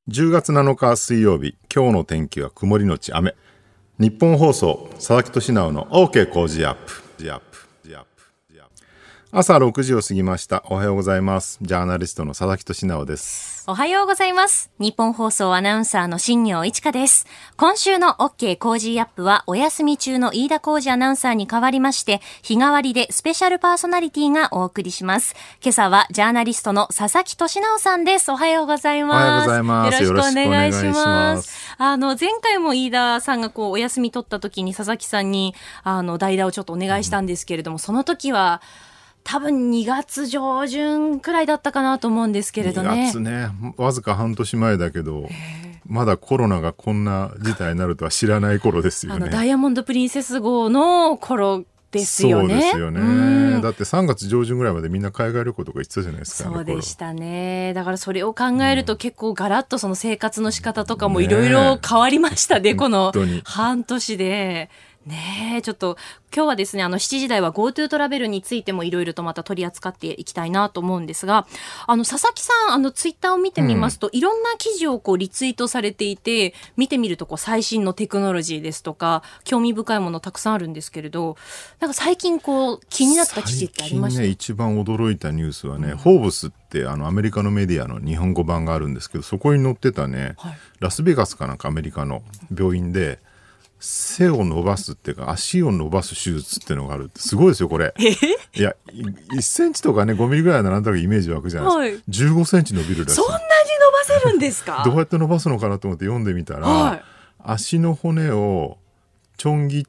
10月7日水曜日、今日の天気は曇りのち雨。日本放送、佐々木俊直の OK 工事アップ。朝6時を過ぎました。おはようございます。ジャーナリストの佐々木俊直です。 おはようございます。日本放送アナウンサーの新業一華です。今週の OK 工事アップはお休み中の飯田浩二アナウンサーに代わりまして、日替わりでスペシャルパーソナリティがお送りします。今朝はジャーナリストの佐々木俊直さんです。おはようございます。 おはようございます。 よろしくお願いします。前回も飯田さんがお休み取った時に佐々木さんに代打をちょっとお願いしたんですけれども、その時は多分2月上旬くらいだったかなと思うんですけれどね。 2月ね、わずか半年前だけど、まだコロナがこんな事態になるとは知らない頃ですよね。 ダイヤモンドプリンセス号の頃ですよね。 そうですよね。だって3月上旬ぐらいまでみんな海外旅行とか行ってたじゃないですか。 そうでしたね。だからそれを考えると結構ガラッとその生活の仕方とかもいろいろ変わりましたね、この半年で。ねえ、ちょっと今日はですね、7時台は GoTo トラベルについてもいろいろとまた取り扱っていきたいなと思うんですが、佐々木さん、ツイッターを見てみますと、いろんな記事をリツイートされていて、見てみると最新のテクノロジーですとか、興味深いものたくさんあるんですけれど、なんか最近気になった記事ってありました？ 最近ね、一番驚いたニュースはね、フォーブスってアメリカのメディアの日本語版があるんですけど、そこに載ってたね、ラスベガスかなんかアメリカの病院で、背を伸ばすっていうか足を伸ばす手術っていうのがあるってすごいですよこれ。いや1センチとかね5ミリぐらいならなんとなくイメージ湧くじゃないですか、15センチ伸びるらしい。 そんなに伸ばせるんですか？ どうやって伸ばすのかなと思って読んでみたら、足の骨をちょん切って、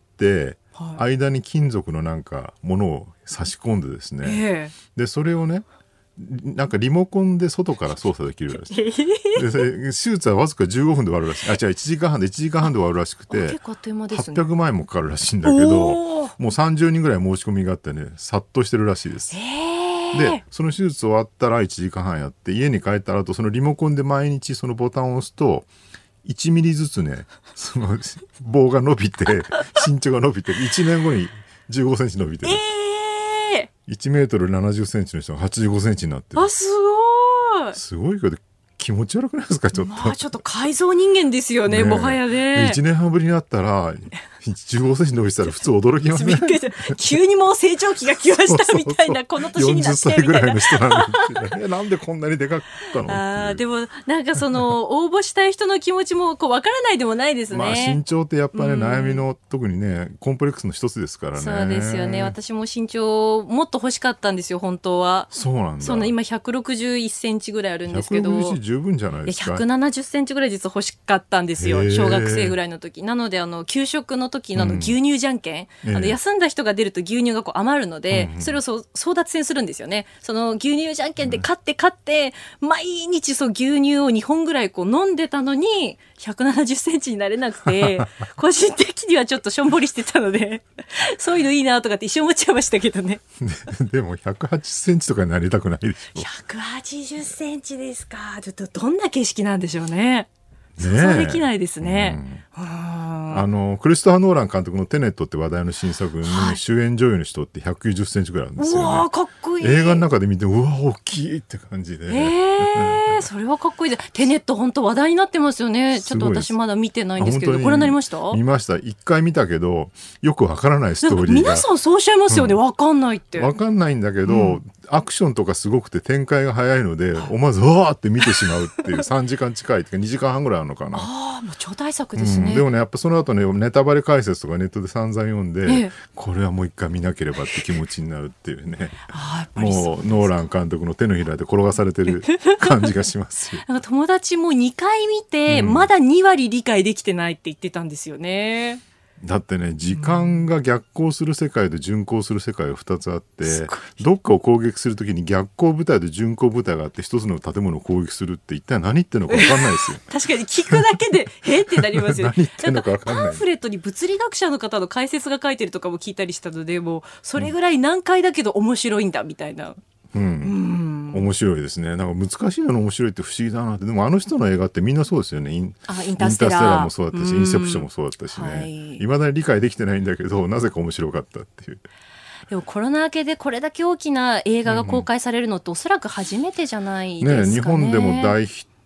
間に金属のなんかものを差し込んでですね、でそれをねなんかリモコンで外から操作できるらしい。で手術はわずか15分で終わるらしい。1時間半で終わるらしくて、 結構あっという間ですね。 800万円もかかるらしいんだけど、もう30人ぐらい申し込みがあってね、殺到してるらしいです。でその手術終わったら1時間半やって家に帰った後、そのリモコンで毎日そのボタンを押すと1ミリずつね、その棒が伸びて身長が伸びて1年後に15センチ伸びてる。1メートル70センチの人が85センチになってる。すごいけど気持ち悪くないですか？ちょっと、 ちょっと改造人間ですよね、もはやね。 1年半ぶりになったら15センチ伸びてたら普通驚きますね。 急にもう成長期が来ましたみたいな、この年になってみたいな。 40歳ぐらいの人なんでなんでこんなにでかかったの？ でもなんか応募したい人の気持ちもわからないでもないですね。 身長ってやっぱり、悩みの特にねコンプレックスの一つですからね。 そうですよね。私も身長もっと欲しかったんですよ本当は。 そうなんだ。 今161センチぐらいあるんですけど、 160十分じゃないですか。 170センチぐらい実は欲しかったんですよ、小学生ぐらいの時。なので給食の時の牛乳じゃんけん、休んだ人が出ると牛乳が余るので、それを争奪戦するんですよね。その牛乳じゃんけんで勝って毎日牛乳を2本ぐらい飲んでたのに170センチになれなくて個人的にはちょっとしょんぼりしてたのでそういうのいいなとかって一生思っちゃいましたけどね。 でも180センチとかになりたくないでしょ。 180センチですか。ちょっとどんな景色なんでしょうね。想像できないですね。 クリストファー・ノーラン監督のテネットって話題の新作に主演女優の人って190センチぐらいあるんですよね。 うわーかっこいい。 映画の中で見てうわ大きいって感じで、 それはかっこいいです。テネット本当話題になってますよね。ちょっと私まだ見てないんですけど、ご覧になりました？ 見ました。一回見たけどよくわからないストーリーが。 皆さんそうおっしゃいますよね、わかんないって。 わかんないんだけど、アクションとかすごくて展開が早いので思わずわーって見てしまうっていう3時間近いっていうか2時間半ぐらいあるのかな。 もう超大作ですね。 でもねやっぱその後ねネタバレ解説とかネットで散々読んで、これはもう一回見なければって気持ちになるっていうね。もうノーラン監督の手のひらで転がされてる感じがしますよ。 なんか友達も2回見て、まだ2割理解できてないって言ってたんですよね。 だってね時間が逆行する世界と順行する世界が2つあって、どっかを攻撃するときに逆行部隊と順行部隊があって一つの建物を攻撃するって一体何言ってるのか分かんないですよ。 確かに聞くだけでってなりますよね。 何言ってんのか分かんない。 パンフレットに物理学者の方の解説が書いてるとかも聞いたりしたので、もうそれぐらい難解だけど面白いんだみたいな。面白いですね。なんか難しいの面白いって不思議だなって。でもあの人の映画ってみんなそうですよね。インターステラーもそうだったし、インセプションもそうだったしね。未だに理解できてないんだけどなぜか面白かったっていう。でもコロナ明けでこれだけ大きな映画が公開されるのっておそらく初めてじゃないですかね。 日本でも大ヒット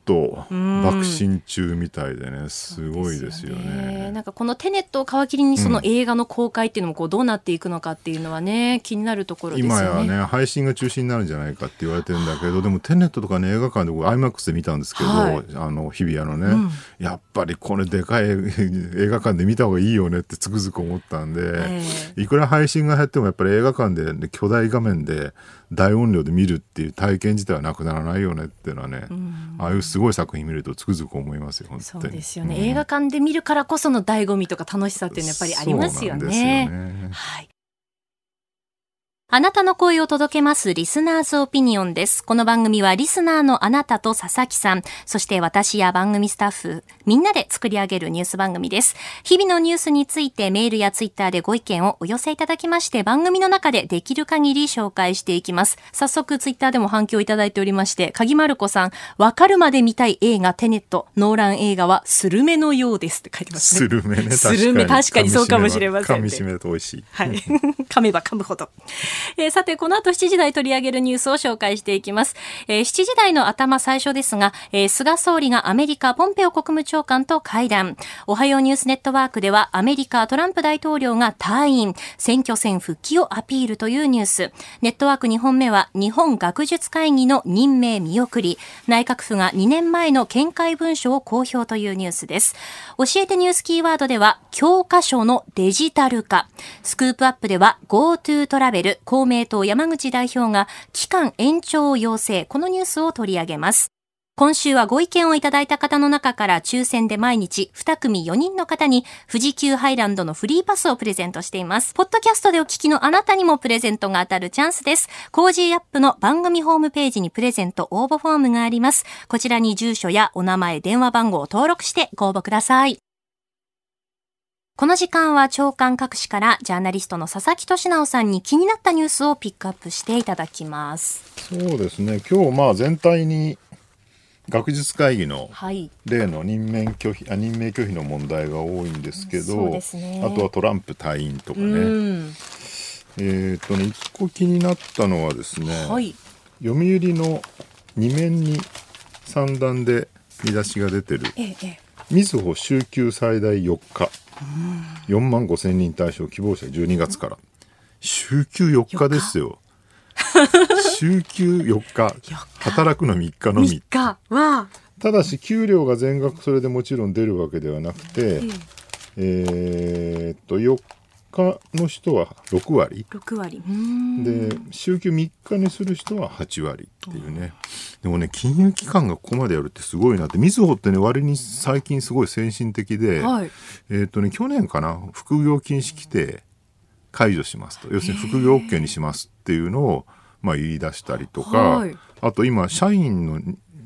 と爆心中みたいでね、すごいですよね。 なんかこのテネットを皮切りにその映画の公開っていうのもこうどうなっていくのかっていうのはね、気になるところですよね。 今やね配信が中止になるんじゃないかって言われてるんだけど、でもテネットとかね映画館で僕 IMAX で見たんですけど、 はい、 日比谷のね、やっぱりこれでかい映画館で見た方がいいよねってつくづく思ったんで、いくら配信が減ってもやっぱり映画館で、ね、巨大画面で大音量で見るっていう体験自体はなくならないよねっていうのはね、ああいうすごい作品見るとつくづく思いますよ本当に。 そうですよね、映画館で見るからこその醍醐味とか楽しさっていうのはやっぱりありますよね。 そうなんですよね。 はい、あなたの声を届けますリスナーズオピニオンです。この番組はリスナーのあなたと佐々木さん、そして私や番組スタッフ、みんなで作り上げるニュース番組です。日々のニュースについてメールやツイッターでご意見をお寄せいただきまして、番組の中でできる限り紹介していきます。早速ツイッターでも反響いただいておりまして、鍵丸子さん、わかるまで見たい映画テネット、ノーラン映画はスルメのようですって書いてますね。 スルメね、 スルメ、確かにそうかもしれません、 噛み締めると美味しい。 はい。噛めば噛むほど。さて、この後7時台取り上げるニュースを紹介していきます。7時台の頭最初ですが、菅総理がアメリカポンペオ国務長官と会談。おはようニュースネットワークではアメリカトランプ大統領が退院、選挙戦復帰をアピールというニュース。ネットワーク2本目は日本学術会議の任命見送り。内閣府が2年前の見解文書を公表というニュースです。教えてニュースキーワードでは教科書のデジタル化。スクープアップでは GoTo トラベル、公明党山口代表が期間延長を要請、このニュースを取り上げます。今週はご意見をいただいた方の中から抽選で毎日2組4人の方に富士急ハイランドのフリーパスをプレゼントしています。ポッドキャストでお聞きのあなたにもプレゼントが当たるチャンスです。コージーアップの番組ホームページにプレゼント応募フォームがあります。こちらに住所やお名前、電話番号を登録してご応募ください。この時間は朝刊各紙からジャーナリストの佐々木俊直さんに気になったニュースをピックアップしていただきます。 そうですね、今日全体に学術会議の例の任命拒否の問題が多いんですけど、 そうですね、 あとはトランプ退院とかね、一個気になったのはですね、はい、読売の2面に3段で見出しが出てる、みずほ週休最大4日、4万5千人対象、希望者12月から。週休4日ですよ。週休4日、働くの3日のみ。ただし給料が全額それでもちろん出るわけではなくて、4日の人は6割で、週休3日にする人は8割っていうね。でもね、金融機関がここまでやるってすごいなって。みずほってね、割に最近すごい先進的で、去年かな、副業禁止規定解除しますと、要するに副業 OK にしますっていうのを言い出したりとか、あと今社員の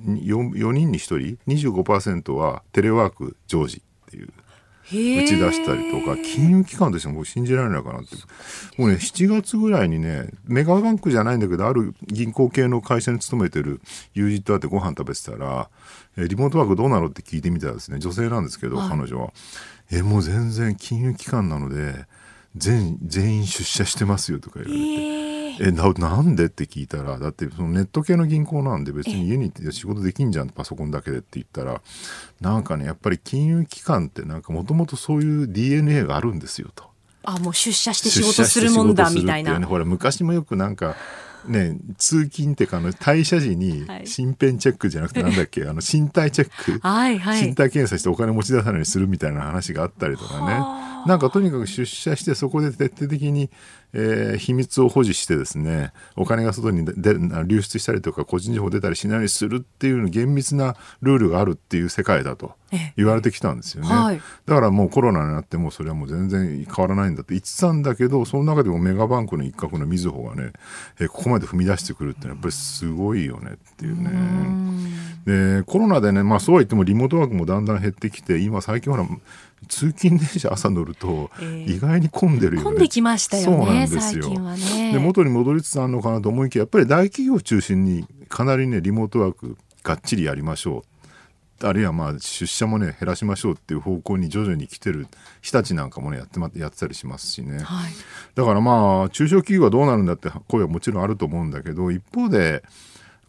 4人に1人 25% はテレワーク常時っていう打ち出したりとか、金融機関としても信じられないかなって。もうね、7月ぐらいにね、メガバンクじゃないんだけど、ある銀行系の会社に勤めてる友人と会ってご飯食べてたら、リモートワークどうなのって聞いてみたらですね、女性なんですけど、彼女はもう全然金融機関なので全員出社してますよとか言われて、なんでって聞いたら、だってそのネット系の銀行なんで別に家に行って仕事できんじゃん、パソコンだけでって言ったら、なんかね、やっぱり金融機関ってなんかもともとそういう DNA があるんですよと。 もう出社して仕事するもんだみたいな。 ほら昔もよくなんかね、通勤っていうか退社時に身辺チェックじゃなくてなんだっけ、身体チェック、身体検査してお金持ち出さないようにするみたいな話があったりとかね。なんかとにかく出社してそこで徹底的に、秘密を保持してですね、お金が外に流出したりとか個人情報出たりしないようにするっていう厳密なルールがあるっていう世界だと言われてきたんですよね。だからもうコロナになってもそれはもう全然変わらないんだって言ってたんだけど、その中でもメガバンクの一角のみずほがね、ここまで踏み出してくるってやっぱりすごいよねっていうね。でコロナでね、そうは言ってもリモートワークもだんだん減ってきて、今最近ほら通勤電車朝乗ると意外に混んでるよね。 混んできましたよね。 そうなんですよ。 最近はね。 で元に戻りつつあるのかなと思いきや、やっぱり大企業を中心にかなりねリモートワークがっちりやりましょう、あるいは出社もね減らしましょうっていう方向に徐々に来てる。日立なんかもねやってたりしますしね、だから中小企業はどうなるんだって声はもちろんあると思うんだけど、一方で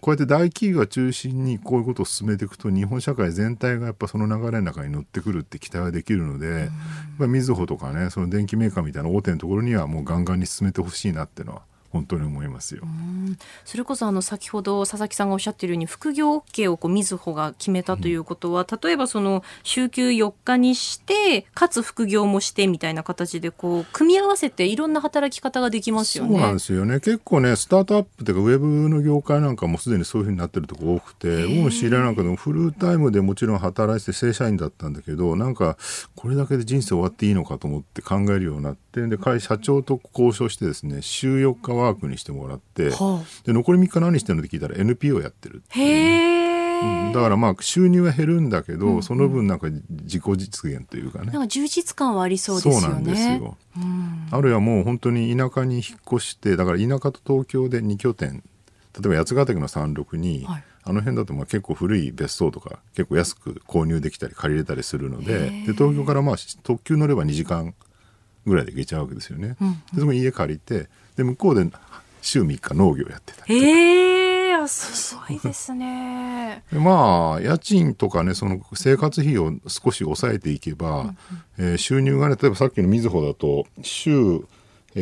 こうやって大企業が中心にこういうことを進めていくと日本社会全体がやっぱその流れの中に乗ってくるって期待はできるので、みずほとかねその電機メーカーみたいな大手のところにはもうガンガンに進めてほしいなっていうのは本当に思いますよ。 それこそ先ほど佐々木さんがおっしゃっているように副業 OK をみずほが決めたということは、例えばその週休4日にしてかつ副業もしてみたいな形で組み合わせていろんな働き方ができますよね。 そうなんですよね。結構ねスタートアップというかウェブの業界なんかもすでにそういうふうになってるところ多くて、僕の知り合いなんかでもフルタイムでもちろん働いて正社員だったんだけど、なんかこれだけで人生終わっていいのかと思って考えるようになって、で社長と交渉してですね週4日ワークにしてもらって、で残り3日何してるのって聞いたら NPO やってるっていうね。だから収入は減るんだけど、その分なんか自己実現というかね、 なんか充実感はありそうですよね。 そうなんですよ。あるいはもう本当に田舎に引っ越して、だから田舎と東京で2拠点、例えば八ヶ岳の山麓に、あの辺だと結構古い別荘とか結構安く購入できたり借りれたりするので、東京から特急乗れば2時間ぐらいで行けちゃうわけですよね。でその家借りて、で向こうで週3日農業やってたりとか。 すごいですね。 家賃とかねその生活費を少し抑えていけば、収入がね例えばさっきのみずほだと週休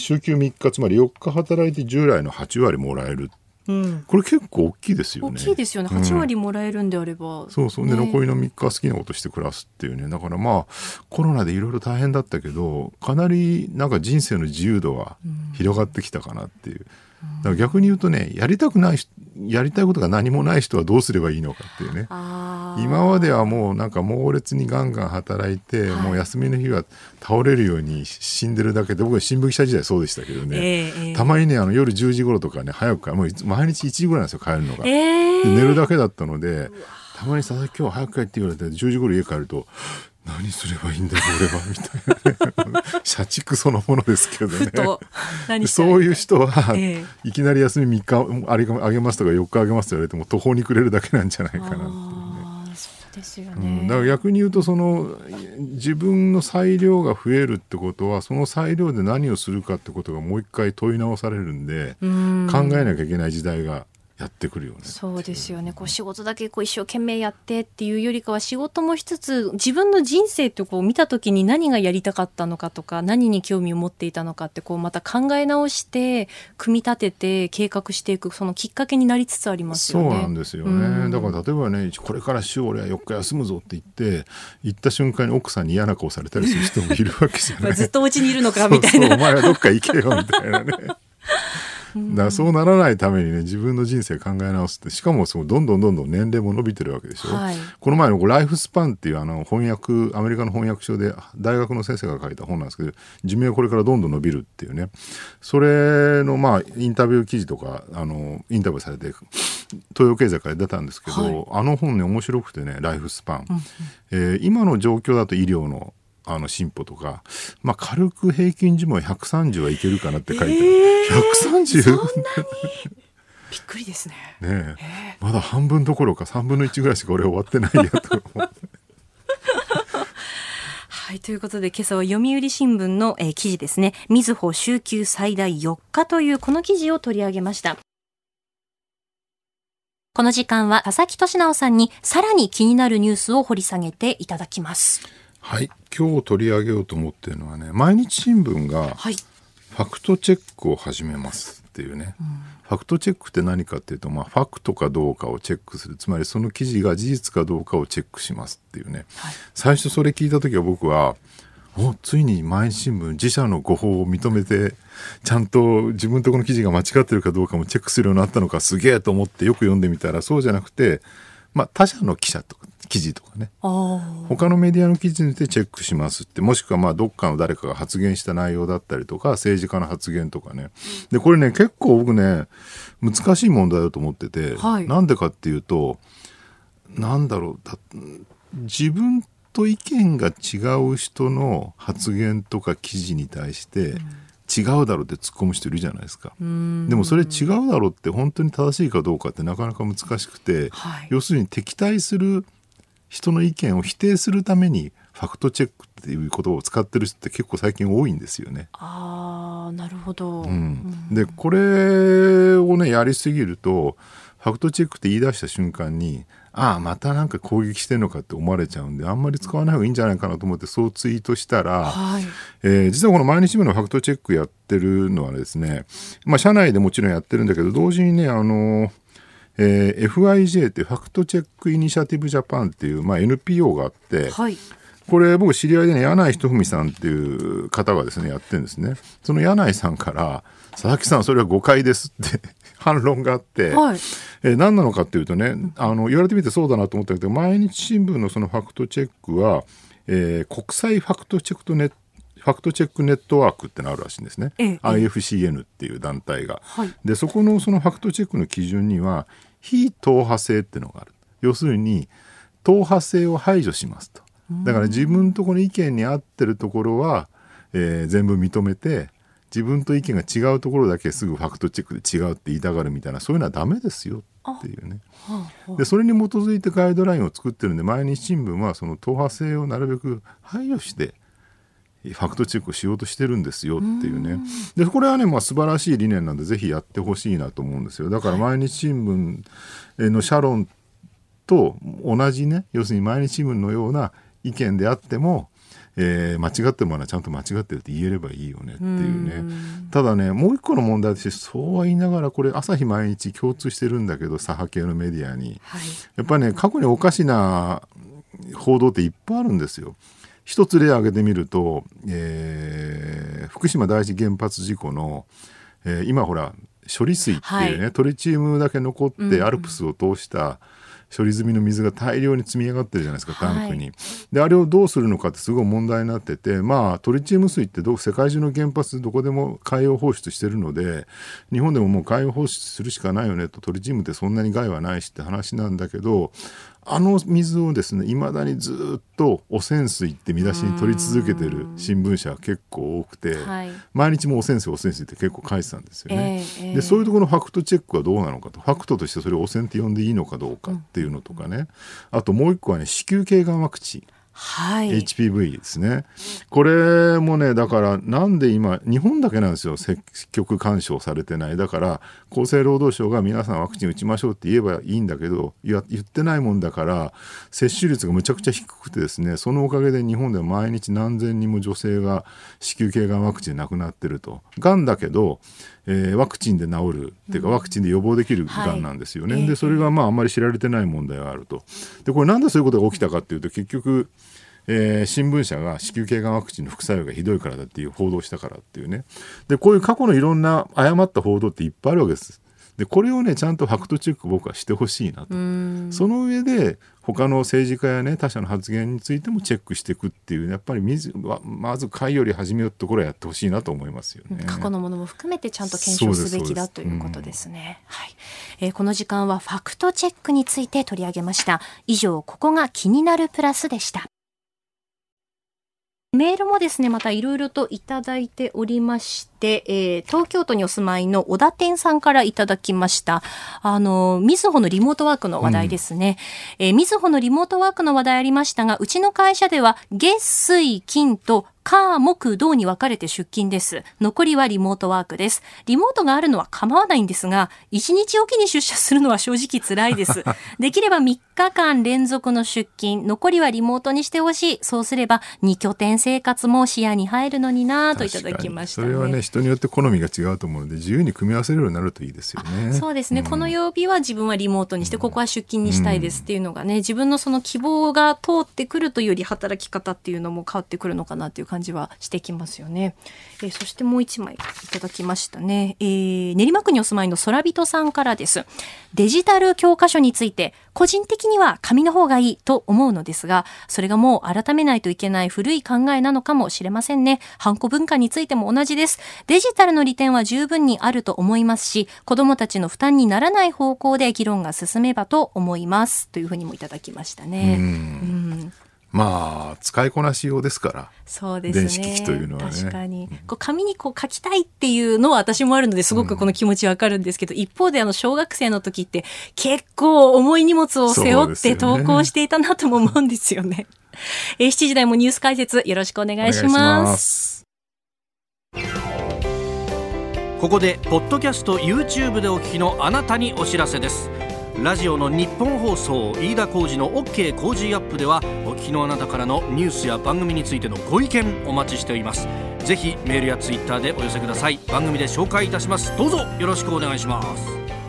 3日つまり4日働いて従来の8割もらえる。これ結構大きいですよね。 大きいですよね。8割もらえるんであれば、 そうそう。で残りの3日は好きなことして暮らすっていうね。だからコロナでいろいろ大変だったけど、かなりなんか人生の自由度は広がってきたかなっていう。だから逆に言うとね、やりたいことが何もない人はどうすればいいのかっていうね。今まではもうなんか猛烈にガンガン働いて、もう休みの日は倒れるように死んでるだけで、僕は新聞記者時代そうでしたけどね、たまにね夜10時頃とかね早くもう毎日1時ぐらいなんですよ帰るのが、で寝るだけだったので、たまに佐々木今日早く帰って言われて10時頃家帰ると何すればいいんだろう俺はみたいなね社畜そのものですけどねそういう人は、いきなり休み3日あげますとか4日あげますと言われても途方に暮れるだけなんじゃないかなっていうね。 そうですよね。 だから逆に言うと自分の裁量が増えるってことはその裁量で何をするかってことがもう一回問い直されるんで、考えなきゃいけない時代がやってくるよね。 そうですよね。仕事だけ一生懸命やってっていうよりかは、仕事もしつつ自分の人生って見た時に何がやりたかったのかとか、何に興味を持っていたのかってまた考え直して組み立てて計画していく、そのきっかけになりつつありますよね。 そうなんですよね。だから例えばね、これから週俺は4日休むぞって言って行った瞬間に奥さんに嫌な顔されたりする人もいるわけじゃないずっとお家にいるのかみたいな。 そうお前はどっか行けよみたいなねだからそうならないためにね、自分の人生考え直すって、しかもどんどん年齢も伸びてるわけでしょ、この前のライフスパンっていうアメリカの翻訳書で大学の先生が書いた本なんですけど、寿命はこれからどんどん伸びるっていうね、それのインタビュー記事とかインタビューされて東洋経済から出たんですけど、あの本ね面白くてね、ライフスパン、今の状況だと医療の進歩とか、軽く平均寿命130はいけるかなって書いてある。130? そんなにびっくりですね。 ねえ、まだ半分どころか3分の1ぐらいしか俺終わってないやと思ってはい、ということで今朝は読売新聞の、記事ですね。みずほ週休最大4日というこの記事を取り上げました。この時間は佐々木俊直さんにさらに気になるニュースを掘り下げていただきます。 はい、今日取り上げようと思っているのはね、毎日新聞がファクトチェックを始めますっていうね、ファクトチェックって何かっていうと、ファクトかどうかをチェックする、つまりその記事が事実かどうかをチェックしますっていうね、最初それ聞いた時は僕はついに毎日新聞自社の誤報を認めてちゃんと自分とこの記事が間違ってるかどうかもチェックするようになったのかすげえと思ってよく読んでみたら、そうじゃなくて、他社の記者とか記事とかね、他のメディアの記事についてチェックしますって、もしくはどっかの誰かが発言した内容だったりとか、政治家の発言とかね。でこれね、結構僕ね難しい問題だと思ってて、なんでかっていうと、自分と意見が違う人の発言とか記事に対して違うだろうって突っ込む人いるじゃないですか。でもそれ違うだろうって本当に正しいかどうかってなかなか難しくて、要するに敵対する人の意見を否定するためにファクトチェックっていう言葉を使ってる人って結構最近多いんですよね。 なるほど。 でこれをねやりすぎると、フファクトチェックって言い出した瞬間にまたなんか攻撃してんのかって思われちゃうんで、あんまり使わない方がいいんじゃないかなと思ってそうツイートしたら、実はこの毎日新聞のファクトチェックやってるのはですね、社内でもちろんやってるんだけど、同時にねFIJ ってファクトチェックイニシアティブジャパンっていう、NPO があって、これ僕知り合いでね、柳井仁文さんっていう方がですねやってるんですね。その柳井さんから佐々木さんそれは誤解ですって反論があって、何なのかっていうとね、言われてみてそうだなと思ったけど、毎日新聞のそのファクトチェックは、国際ファクトチェックネットワークってのあるらしいんですね、IFCN っていう団体が、でそこのそのファクトチェックの基準には非党派性っていうのがある。要するに党派性を排除しますと。だから自分とこの意見に合ってるところは、全部認めて、自分と意見が違うところだけすぐファクトチェックで違うって言いたがるみたいな、そういうのはダメですよっていうね。でそれに基づいてガイドラインを作ってるんで、毎日新聞はその党派性をなるべく排除してファクトチェックをしようとしてるんですよっていうね。でこれはね、素晴らしい理念なんでぜひやってほしいなと思うんですよ。だから毎日新聞の社論と同じね、要するに毎日新聞のような意見であっても、間違ってるものはちゃんと間違ってるって言えればいいよねっていうね。ただね、もう一個の問題として、そうは言いながらこれ朝日毎日共通してるんだけど、左派系のメディアに、やっぱりね、過去におかしな報道っていっぱいあるんですよ。一つ例を挙げてみると、福島第一原発事故の、今ほら処理水っていうね、トリチウムだけ残ってアルプスを通した処理済みの水が大量に積み上がってるじゃないですか、タンクに。であれをどうするのかってすごい問題になってて、トリチウム水って世界中の原発どこでも海洋放出してるので、日本でももう海洋放出するしかないよねと、トリチウムってそんなに害はないしって話なんだけど、あの水をですね、未だにずっと汚染水って見出しに取り続けてる新聞社は結構多くて、毎日も汚染水って結構書いてたんですよね。でそういうところのファクトチェックはどうなのかと、ファクトとしてそれを汚染って呼んでいいのかどうかっていうのとかね、あともう一個はね、子宮頸がんワクチン、HPV ですね。これもね、だからなんで今日本だけなんですよ、積極勧奨されてない。だから厚生労働省が皆さんワクチン打ちましょうって言えばいいんだけど、言ってないもんだから接種率がむちゃくちゃ低くてですね、そのおかげで日本では毎日何千人も女性が子宮頸がんワクチンで亡くなってると。がんだけどワクチンで治るっていうか、ワクチンで予防できるがんなんですよね。でそれがあんまり知られてない問題があると。でこれなんでそういうことが起きたかっていうと、結局新聞社が子宮頸がんワクチンの副作用がひどいからだっていう報道したからっていうね。でこういう過去のいろんな誤った報道っていっぱいあるわけです。でこれをね、ちゃんとファクトチェック僕はしてほしいなと。その上で他の政治家やね、他者の発言についてもチェックしていくっていう、やっぱりまず会より始めようってところはやってほしいなと思いますよね。 過去のものも含めてちゃんと検証すべきだということですね。この時間はファクトチェックについて取り上げました。以上、ここが気になるプラスでした。メールもですね、またいろいろといただいておりまして、東京都にお住まいの小田店さんからいただきました。みずほのリモートワークの話題ですね。みずほのリモートワークの話題ありましたが、うちの会社では月水金と火木土に分かれて出勤です。残りはリモートワークです。リモートがあるのは構わないんですが、1日おきに出社するのは正直辛いです。できれば3日間連続の出勤、残りはリモートにしてほしい。そうすれば2拠点生活も視野に入るのになといただきましたね。 それはね、人によって好みが違うと思うので、自由に組み合わせるようになるといいですよね。 そうですね、この曜日は自分はリモートにして、ここは出勤にしたいですっていうのがね、自分のその希望が通ってくるというより、働き方っていうのも変わってくるのかなという感じはしてきますよね。そしてもう一枚いただきましたね。練馬区にお住まいの空人さんからです。デジタル教科書について個人的には紙の方がいいと思うのですが、それがもう改めないといけない古い考えなのかもしれませんね。ハンコ文化についても同じです。デジタルの利点は十分にあると思いますし、子どもたちの負担にならない方向で議論が進めばと思いますというふうにもいただきましたね。 使いこなし用ですから。 そうですね。 電子機器というのはね。 確かに。紙に書きたいっていうのは私もあるので、すごくこの気持ちわかるんですけど、一方で小学生の時って結構重い荷物を背負って登校していたなとも思うんですよね。7時台もニュース解説よろしくお願いします。 ここでポッドキャスト YouTube でお聞きのあなたにお知らせです。 ラジオの日本放送飯田浩司の OK 工事アップではお聞きのあなたからのニュースや番組についてのご意見お待ちしております。ぜひメールやツイッターでお寄せください。番組で紹介いたします。どうぞよろしくお願いします。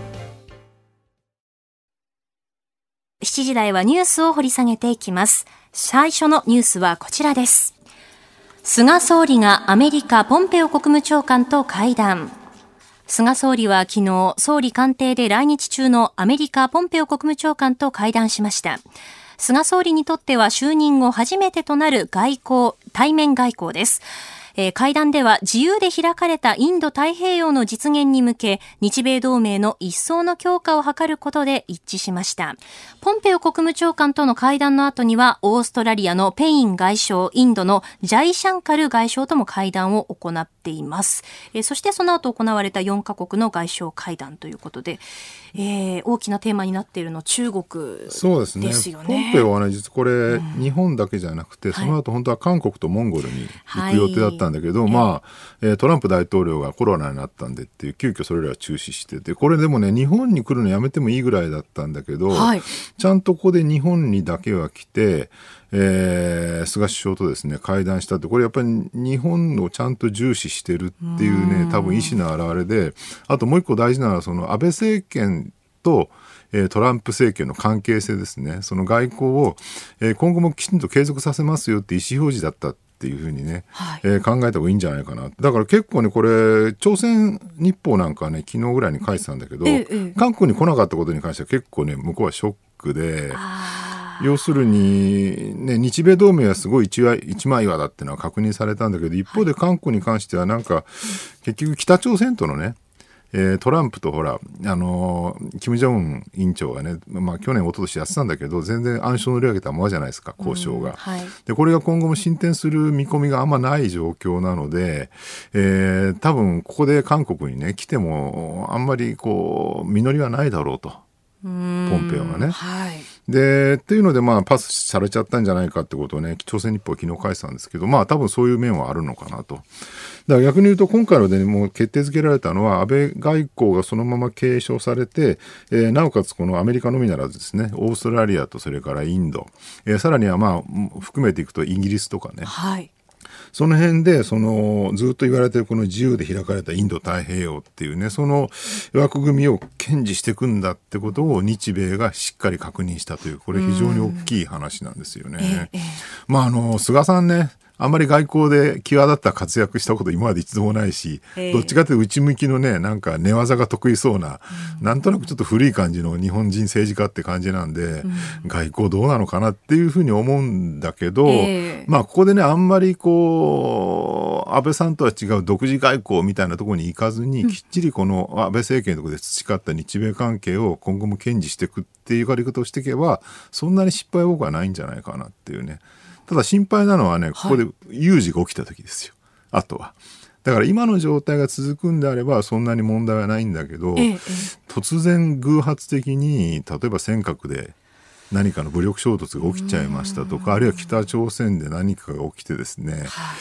7時台はニュースを掘り下げていきます。最初のニュースはこちらです。菅総理がアメリカポンペオ国務長官と会談。菅総理は昨日、総理官邸で来日中のアメリカポンペオ国務長官と会談しました。菅総理にとっては就任後初めてとなる対面外交です。会談では自由で開かれたインド太平洋の実現に向け、日米同盟の一層の強化を図ることで一致しました。ポンペオ国務長官との会談の後には、オーストラリアのペイン外相、インドのジャイシャンカル外相とも会談を行っています。そしてその後行われた4カ国の外相会談ということで、大きなテーマになっているの中国ですよね。 そうですね。ポンペオはね、実はこれ、日本だけじゃなくて、その後本当は韓国とモンゴルに行く予定だったんだけど、トランプ大統領がコロナになったんでっていう急遽それらは中止してて、これでもね日本に来るのやめてもいいぐらいだったんだけど、ちゃんとここで日本にだけは来て、菅首相とですね会談したって、これやっぱり日本をちゃんと重視してるっていうね多分意思の表れで、あともう一個大事なのはその安倍政権とトランプ政権の関係性ですね。その外交を今後もきちんと継続させますよって意思表示だったっていうふうにね、考えた方がいいんじゃないかな。だから結構ねこれ朝鮮日報なんかね昨日ぐらいに書いてたんだけど、韓国に来なかったことに関しては結構ね向こうはショックで、要するに、ね、日米同盟はすごい一枚岩だっていうのは確認されたんだけど、一方で韓国に関してはなんか結局北朝鮮とのねトランプとほら金正恩委員長がね、去年一昨年やってたんだけど全然暗礁乗り上げたままじゃないですか交渉が、でこれが今後も進展する見込みがあんまない状況なので、多分ここで韓国にね来てもあんまりこう実りはないだろうと、ポンペオがね、でっていうのでパスされちゃったんじゃないかってことをね朝鮮日報は昨日書いてたんですけど、多分そういう面はあるのかなと。だから逆に言うと今回ので、もう決定づけられたのは安倍外交がそのまま継承されて、なおかつこのアメリカのみならずですねオーストラリアとそれからインド、さらには含めていくとイギリスとかね、その辺でずっと言われているこの自由で開かれたインド太平洋っていうねその枠組みを堅持していくんだってことを日米がしっかり確認したという、これ非常に大きい話なんですよね。菅さんねあんまり外交で際立った活躍したこと今まで一度もないし、どっちかというと内向きのねなんか寝技が得意そうな、なんとなくちょっと古い感じの日本人政治家って感じなんで、外交どうなのかなっていうふうに思うんだけど、ここでねあんまりこう安倍さんとは違う独自外交みたいなところに行かずに、きっちりこの安倍政権のところで培った日米関係を今後も堅持していくっていうやり方をしていけばそんなに失敗は僕はないんじゃないかなっていうね。ただ心配なのはねここで有事が起きた時ですよ。あとはだから今の状態が続くんであればそんなに問題はないんだけど、突然偶発的に例えば尖閣で何かの武力衝突が起きちゃいましたとか、あるいは北朝鮮で何かが起きてですね、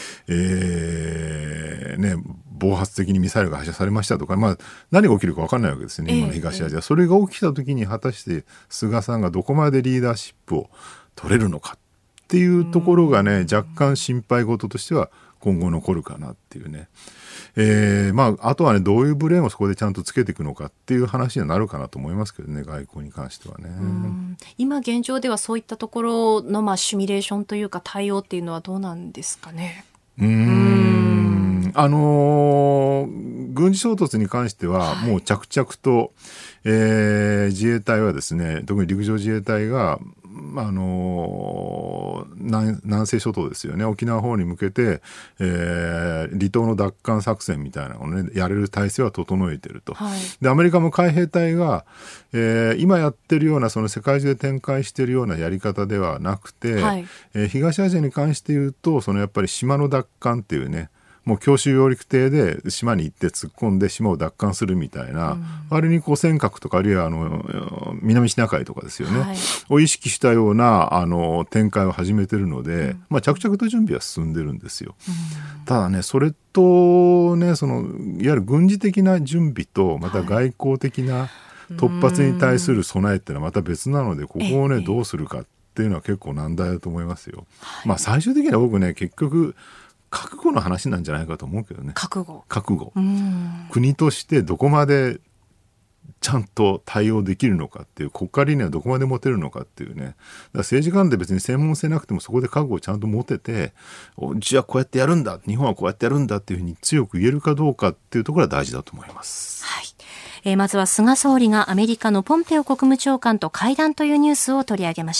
暴発的にミサイルが発射されましたとか、何が起きるか分かんないわけですよね、今の東アジア。それが起きた時に果たして菅さんがどこまでリーダーシップを取れるのかっていうところがね若干心配事としては今後残るかなっていうね。あとはねどういうブレーンをそこでちゃんとつけていくのかっていう話にはなるかなと思いますけどね、外交に関してはね。 今現状ではそういったところのシミュレーションというか対応っていうのはどうなんですかね。 軍事衝突に関してはもう着々と、自衛隊はですね特に陸上自衛隊が南西諸島ですよね、沖縄方に向けて、離島の奪還作戦みたいなのをねやれる体制は整えていると、でアメリカも海兵隊が、今やってるようなその世界中で展開しているようなやり方ではなくて、東アジアに関して言うとやっぱり島の奪還っていうね、もう強襲揚陸艇で島に行って突っ込んで島を奪還するみたいな、あれに尖閣とかあるいは南シナ海とかですよね、を意識したような展開を始めてるので、着々と準備は進んでるんですよ。ただねそれとねいわゆる軍事的な準備とまた外交的な突発に対する備えっていうのはまた別なので、ここをね、どうするかっていうのは結構難題だと思いますよ。まあ最終的には僕ね、結局覚悟の話なんじゃないかと思うけどね。覚悟。国としてどこまでちゃんと対応できるのかっていう、国家理念はどこまで持てるのかっていうね。だから政治家で別に専門性なくてもそこで覚悟をちゃんと持てて、うちはこうやってやるんだ、日本はこうやってやるんだっていうふうに強く言えるかどうかっていうところは大事だと思います。 はい。まずは菅総理がアメリカのポンペオ国務長官と会談というニュースを取り上げました。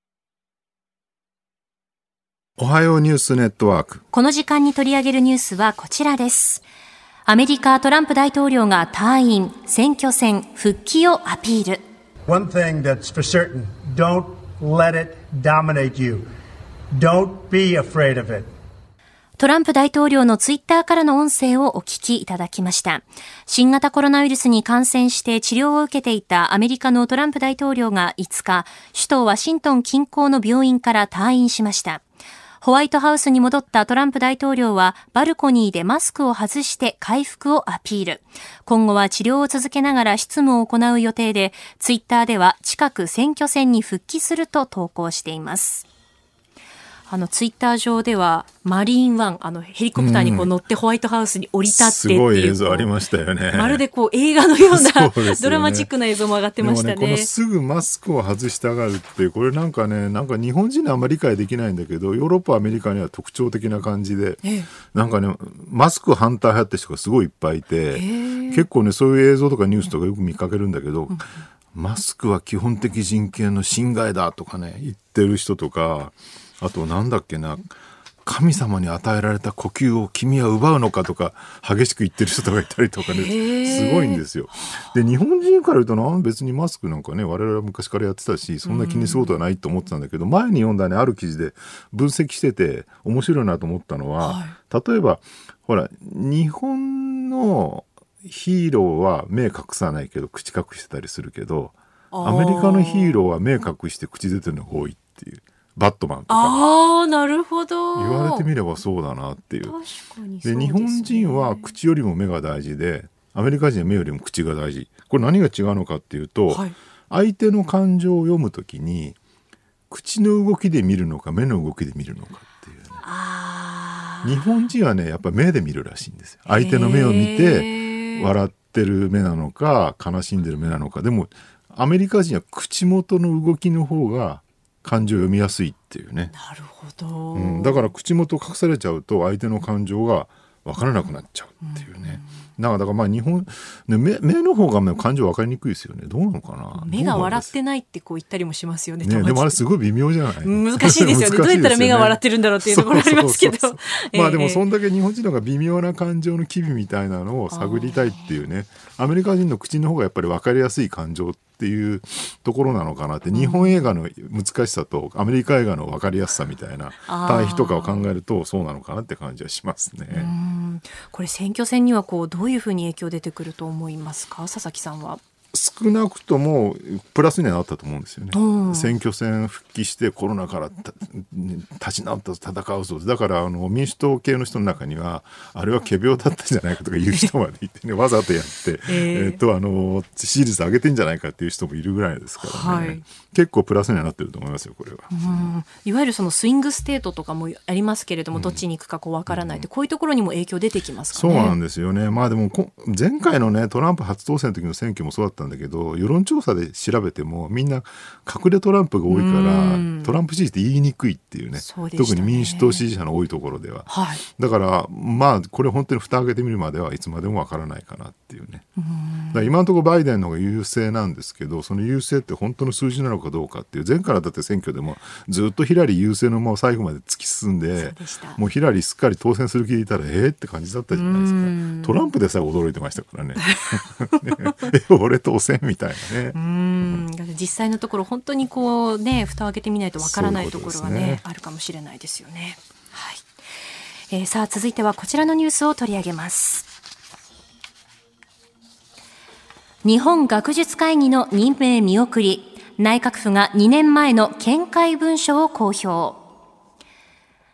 おはようニュースネットワーク。 この時間に取り上げるニュースはこちらです。アメリカトランプ大統領が退院、選挙戦復帰をアピール。 One thing that's for certain, don't let it dominate you. Don't be afraid of it. トランプ大統領のツイッターからの音声をお聞きいただきました。新型コロナウイルスに感染して治療を受けていたアメリカのトランプ大統領が5日、首都ワシントン近郊の病院から退院しました。ホワイトハウスに戻ったトランプ大統領はバルコニーでマスクを外して回復をアピール。今後は治療を続けながら執務を行う予定で、ツイッターでは近く選挙戦に復帰すると投稿しています。ツイッター上ではマリーンワン、ヘリコプターに乗ってホワイトハウスに降り立ってっていう、 すごい映像ありましたよね。 まるで映画のようなドラマチックな映像も上がってましたね。 このすぐマスクを外したがるって、これなんか日本人にあんまり理解できないんだけど、ヨーロッパアメリカには特徴的な感じで、なんかね、マスク反対派って人がすごいいっぱいいて、結構ね、そういう映像とかニュースとかよく見かけるんだけど、マスクは基本的人権の侵害だとかね言ってる人とか、あとなんだっけな、神様に与えられた呼吸を君は奪うのかとか激しく言ってる人とかいたりとかね、すごいんですよ。で、日本人から言うと別にマスクなんかね、我々は昔からやってたし、そんな気にすることはないと思ってたんだけど、前に読んだね、ある記事で分析してて面白いなと思ったのは、例えばほら、日本のヒーローは目隠さないけど口隠してたりするけど、アメリカのヒーローは目隠して口出てるのが多いっていう。バットマンとか。 なるほど。 言われてみればそうだなっていう。 確かにそうですね。 で、日本人は口よりも目が大事で、アメリカ人は目よりも口が大事。これ何が違うのかっていうと、相手の感情を読むときに口の動きで見るのか目の動きで見るのかっていうね。日本人はね、やっぱ目で見るらしいんですよ。相手の目を見て笑ってる目なのか悲しんでる目なのか。でもアメリカ人は口元の動きの方が感情を読みやすいっていうね。 なるほど。 だから口元を隠されちゃうと相手の感情が分からなくなっちゃうっていうね。だから日本、ね、目の方が感情分かりにくいですよね。どうなのかな。 目が笑ってないって言ったりもしますよね。 でもあれすごい微妙じゃない。 難しいですよね。どうやったら目が笑ってるんだろうっていうところありますけど。 でもそんだけ日本人の方が微妙な感情の機微みたいなのを探りたいっていうね。アメリカ人の口の方がやっぱり分かりやすい感情っていうところなのかなって、日本映画の難しさとアメリカ映画の分かりやすさみたいな対比とかを考えるとそうなのかなって感じはしますね。 これ選挙戦にはどういうふうに影響出てくると思いますか、佐々木さんは。 少なくともプラスにはなったと思うんですよね。選挙戦復帰してコロナから立ち直った戦うぞ。だから民主党系の人の中にはあれは仮病だったんじゃないかとかいう人までいてね、わざとやって、支持率上げてんじゃないかっていう人もいるぐらいですからね、結構プラスにはなってると思いますよ、これは。 いわゆるそのスイングステートとかもありますけれども、どっちに行くかわからないって、こういうところにも影響出てきますかね。 そうなんですよね。でも前回のねトランプ初当選の時の選挙もそうだったんだけど、世論調査で調べてもみんな隠れトランプが多いからトランプ支持って言いにくいっていうね。特に民主党支持者の多いところでは、だからこれ本当に蓋開けてみるまではいつまでもわからないかなっていうね。だから今のところバイデンの方が優勢なんですけど、その優勢って本当の数字なのかどうかっていう、前回だって選挙でもずっとヒラリー優勢のまま最後まで突き進んで、もうヒラリーすっかり当選する気でいたらって感じだったじゃないですか。トランプでさえ驚いてましたからね。俺当選みたいなね。 実際のところ本当に蓋を開けてみないとわからないところがね、あるかもしれないですよね。さあ続いてはこちらのニュースを取り上げます。日本学術会議の任命見送り、内閣府が2年前の見解文書を公表。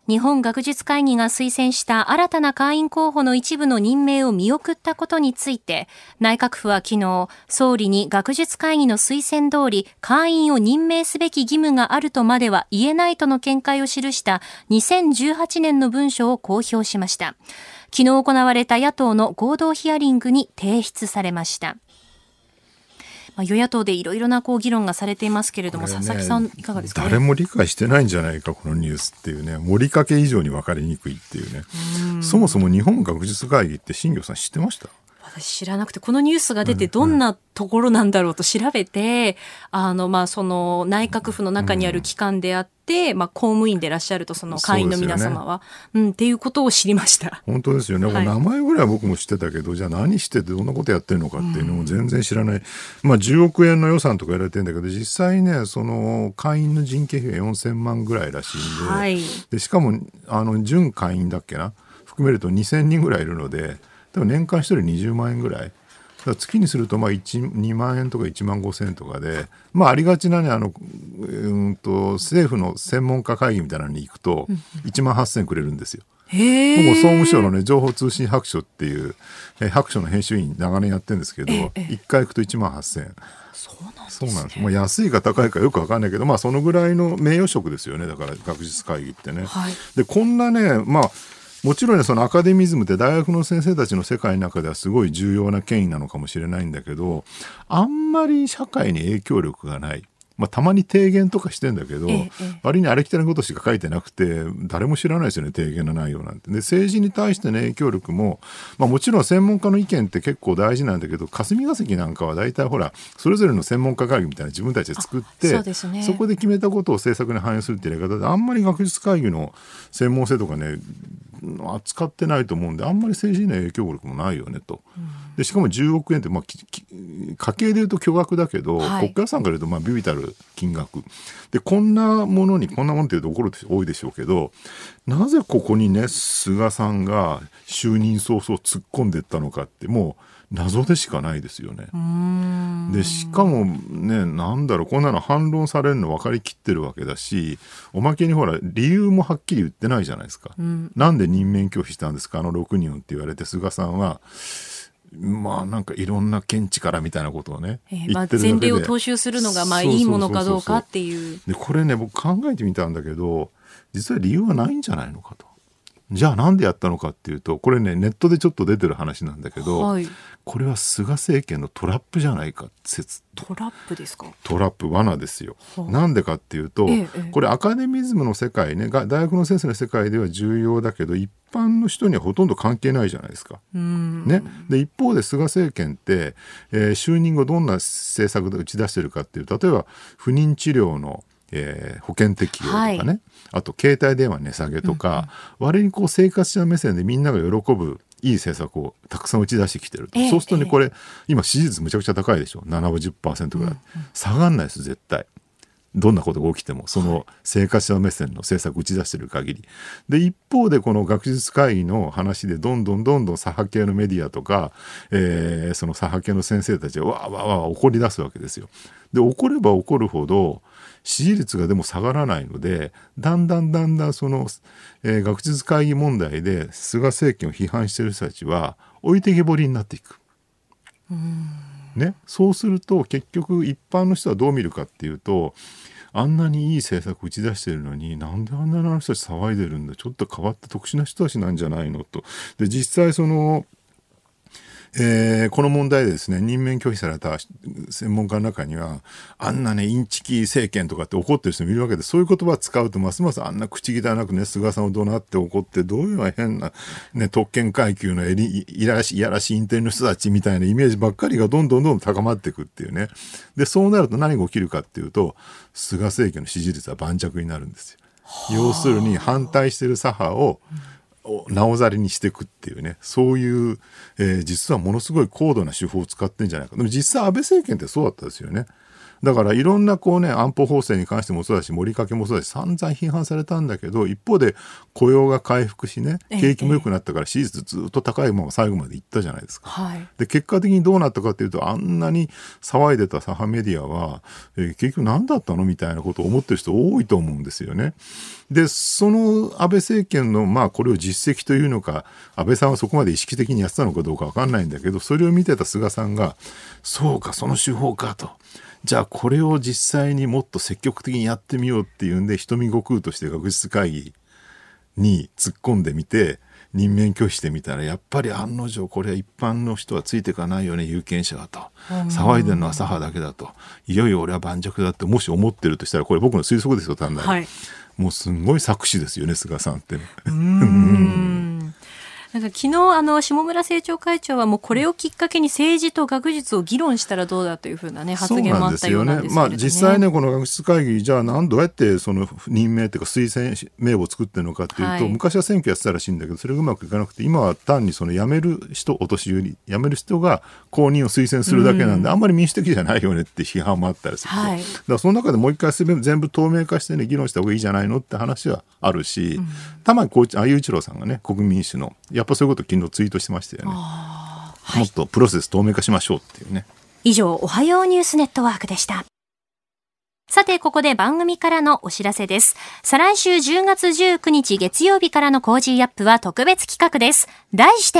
日本学術会議が推薦した新たな会員候補の一部の任命を見送ったことについて、内閣府は昨日、総理に学術会議の推薦通り会員を任命すべき義務があるとまでは言えないとの見解を記した2018年の文書を公表しました。昨日行われた野党の合同ヒアリングに提出されました。与野党でいろいろな議論がされていますけれども、佐々木さんいかがですかね。 誰も理解してないんじゃないかこのニュースっていうね、盛りかけ以上に分かりにくいっていうね。そもそも日本学術会議って新庄さん知ってました？ 私知らなくて、このニュースが出てどんなところなんだろうと調べて、その内閣府の中にある機関であって、公務員でいらっしゃるとその会員の皆様は、っていうことを知りました。 本当ですよね、はい、名前ぐらいは僕も知ってたけど、じゃあ何しててどんなことやってるのかっていうのも全然知らない。10億円の予算とかやられてるんだけど、実際ね、その会員の人件費が4000万ぐらいらしいんで、はい、でしかも準会員だっけな、含めると2000人ぐらいいるので、多分年間1人20万円ぐらいだから月にすると2万円とか1万5千円とかで、ありがちなね、政府の専門家会議みたいなのに行くと1万8千円くれるんですよ。僕も総務省のね、情報通信白書っていう白書の編集員長年やってるんですけど、1回行くと1万8千円。 そうなんですね。 そうなんです。安いか高いかよく分かんないけど、そのぐらいの名誉職ですよね。だから学術会議ってね、はい、でこんなね、もちろんね、そのアカデミズムって大学の先生たちの世界の中ではすごい重要な権威なのかもしれないんだけど、あんまり社会に影響力がない。たまに提言とかしてんだけど、割にありきたりなことしか書いてなくて、誰も知らないですよね、提言の内容なんて。で、政治に対しての影響力も、もちろん専門家の意見って結構大事なんだけど、霞が関なんかは大体それぞれの専門家会議みたいな自分たちで作って、 そこで決めたことを政策に反映するっていうやり方で、あんまり学術会議の専門性とかね扱ってないと思うんで、あんまり政治には影響力もないよねと。でしかも10億円って、家計でいうと巨額だけど、はい、国家予算からいうと微々たる金額で、こんなものっていうと怒る人多いでしょうけど、なぜここにね菅さんが就任早々突っ込んでいったのかって、もう謎でしかないですよね。でしかもね、こんなの反論されるの分かりきってるわけだし、おまけに理由もはっきり言ってないじゃないですか。なんで任命拒否したんですか6人って言われて、菅さんはなんかいろんな見地からみたいなことをね、言ってるだけで、 前例を踏襲するのがいいものかどうかっていう。 でこれね、僕考えてみたんだけど、実は理由はないんじゃないのかと。じゃあなんでやったのかっていうと、これねネットでちょっと出てる話なんだけど、はい、これは菅政権のトラップじゃないか説。 トラップですか？ トラップ、罠ですよ。なんでかっていうと、これアカデミズムの世界ね、大学の先生の世界では重要だけど、一般の人にはほとんど関係ないじゃないですか。ね、で一方で菅政権って、就任後どんな政策で打ち出してるかっていう、例えば不妊治療の保険適用とかね、はい、あと携帯電話値下げとか、割に生活者目線でみんなが喜ぶいい政策をたくさん打ち出してきてる。そうするとね、これ今支持率むちゃくちゃ高いでしょ、70% ぐらい、下がんないです絶対。どんなことが起きても、その生活者目線の政策を打ち出してる限りで、一方でこの学術会議の話でどんどん左派系のメディアとか、その左派系の先生たちがわーわーわー怒り出すわけですよ。で怒れば怒るほど支持率がでも下がらないので、だんだんその、学術会議問題で菅政権を批判している人たちは置いてけぼりになっていく。ね、そうすると結局一般の人はどう見るかっていうと、あんなにいい政策を打ち出しているのに、なんであんなの人たち騒いでるんだ、ちょっと変わった特殊な人たちなんじゃないのと。で実際そのこの問題でですね、任命拒否された専門家の中には、あんなねインチキ政権とかって怒ってる人もいるわけで、そういう言葉を使うとますますあんな口汚くね、菅さんを怒鳴って怒って、どういう変な、ね、特権階級のいやらしいインテリの人たちみたいなイメージばっかりがどんどん高まっていくっていうね。でそうなると何が起きるかっていうと、菅政権の支持率は盤石になるんですよ。要するに反対している左派をなおざりにしていくっていうね、そういう、実はものすごい高度な手法を使ってんじゃないか。でも実際安倍政権ってそうだったですよね。 だからいろんなこうね、安保法制に関してもそうだし、盛りかけもそうだし、散々批判されたんだけど、一方で雇用が回復しね、景気も良くなったから支持率ずっと高いまま最後までいったじゃないですか。 はい、 で結果的にどうなったかというと、あんなに騒いでた左派メディアは、結局何だったのみたいなことを思ってる人多いと思うんですよね。でその安倍政権のこれを実績というのか、安倍さんはそこまで意識的にやってたのかどうか分かんないんだけど、それを見てた菅さんが、そうかその手法かと、じゃあこれを実際にもっと積極的にやってみようっていうんで、瞳悟空として学術会議に突っ込んでみて任命拒否してみたら、やっぱり案の定これは一般の人はついていかないよね、有権者がと、騒いでるのは左派だけだと、いよいよ俺は盤石だってもし思ってるとしたら、これ僕の推測ですよ単なる、はい、もうすんごい策士ですよね菅さんって。 なんか昨日下村政調会長はもうこれをきっかけに政治と学術を議論したらどうだというふうな、ね、発言もあったようなんですけれどね。 実際ね、この学術会議じゃあどうやってその任命というか推薦名簿を作ってるのかというと、昔は選挙やってたらしいんだけど、それがうまくいかなくて、今は単にその辞める人、お年寄り辞める人が公認を推薦するだけなんで、あんまり民主的じゃないよねって批判もあったりすると、だからその中でもう一回全部透明化してね、議論した方がいいじゃないのって話はあるし、たまに雄一郎さんがね、国民民主のやっぱそういうことを昨日ツイートしてましたよね。もっとプロセス透明化しましょうっていうね。 以上、おはようニュースネットワークでした。さて、ここで番組からのお知らせです。再来週10月19日月曜日からのコージーアップは特別企画です。題して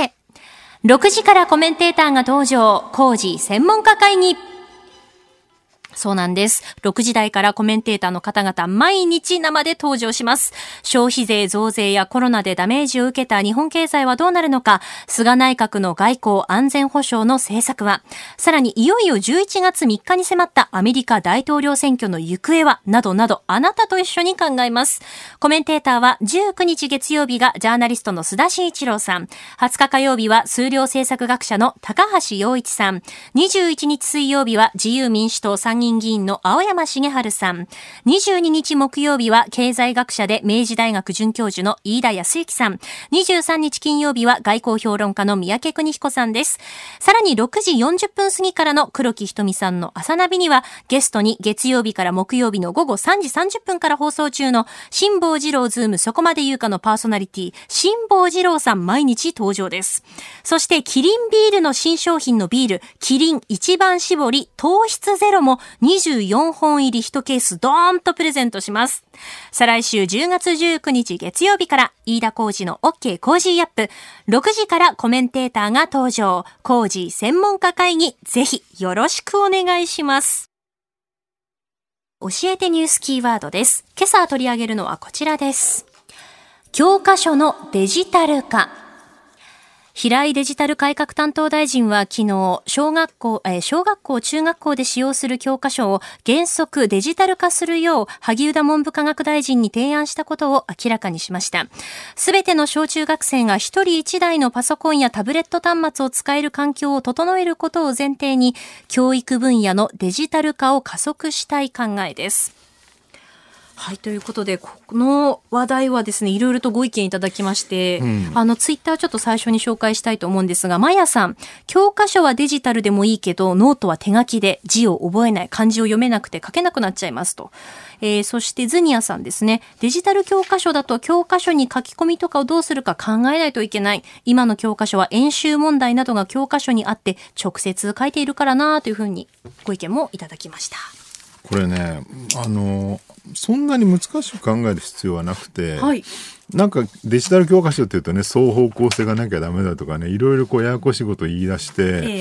、6時からコメンテーターが登場、コージー専門家会議。そうなんです。6時台からコメンテーターの方々毎日生で登場します。消費税増税やコロナでダメージを受けた日本経済はどうなるのか、菅内閣の外交安全保障の政策は、さらにいよいよ11月3日に迫ったアメリカ大統領選挙の行方は、などなどあなたと一緒に考えます。コメンテーターは19日月曜日がジャーナリストの須田慎一郎さん、20日火曜日は数量政策学者の高橋洋一さん、21日水曜日は自由民主党参議院議員の青山茂春さん、22日木曜日は経済学者で明治大学准教授の飯田康之さん、23日金曜日は外交評論家の三宅邦彦さんです。さらに6時40分過ぎからの黒木瞳さんの朝ナビには、ゲストに月曜日から木曜日の午後3時30分から放送中の辛坊治郎ズームそこまで言うかのパーソナリティ、辛坊治郎さん毎日登場です。そしてキリンビールの新商品のビール、キリン一番搾り糖質ゼロも24本入り1ケースドーンとプレゼントします。再来週10月19日月曜日から飯田浩司の OK コージーアップ、6時からコメンテーターが登場、コージー専門家会議、ぜひよろしくお願いします。教えてニュースキーワードです。今朝取り上げるのはこちらです。教科書のデジタル化。平井デジタル改革担当大臣は昨日、小学校、中学校で使用する教科書を原則デジタル化するよう萩生田文部科学大臣に提案したことを明らかにしました。すべての小中学生が一人一台のパソコンやタブレット端末を使える環境を整えることを前提に、教育分野のデジタル化を加速したい考えです。はい、ということで、この話題はですね、いろいろとご意見いただきまして、ツイッターちょっと最初に紹介したいと思うんですが、マヤさん、教科書はデジタルでもいいけど、ノートは手書きで字を覚えない、漢字を読めなくて書けなくなっちゃいますと。そしてズニアさんですね、デジタル教科書だと教科書に書き込みとかをどうするか考えないといけない。今の教科書は演習問題などが教科書にあって直接書いているからなというふうにご意見もいただきました。 これね、そんなに難しく考える必要はなくて、はい、なんかデジタル教科書っていうとね、双方向性がなきゃダメだとかね、いろいろこうややこしいことを言い出して、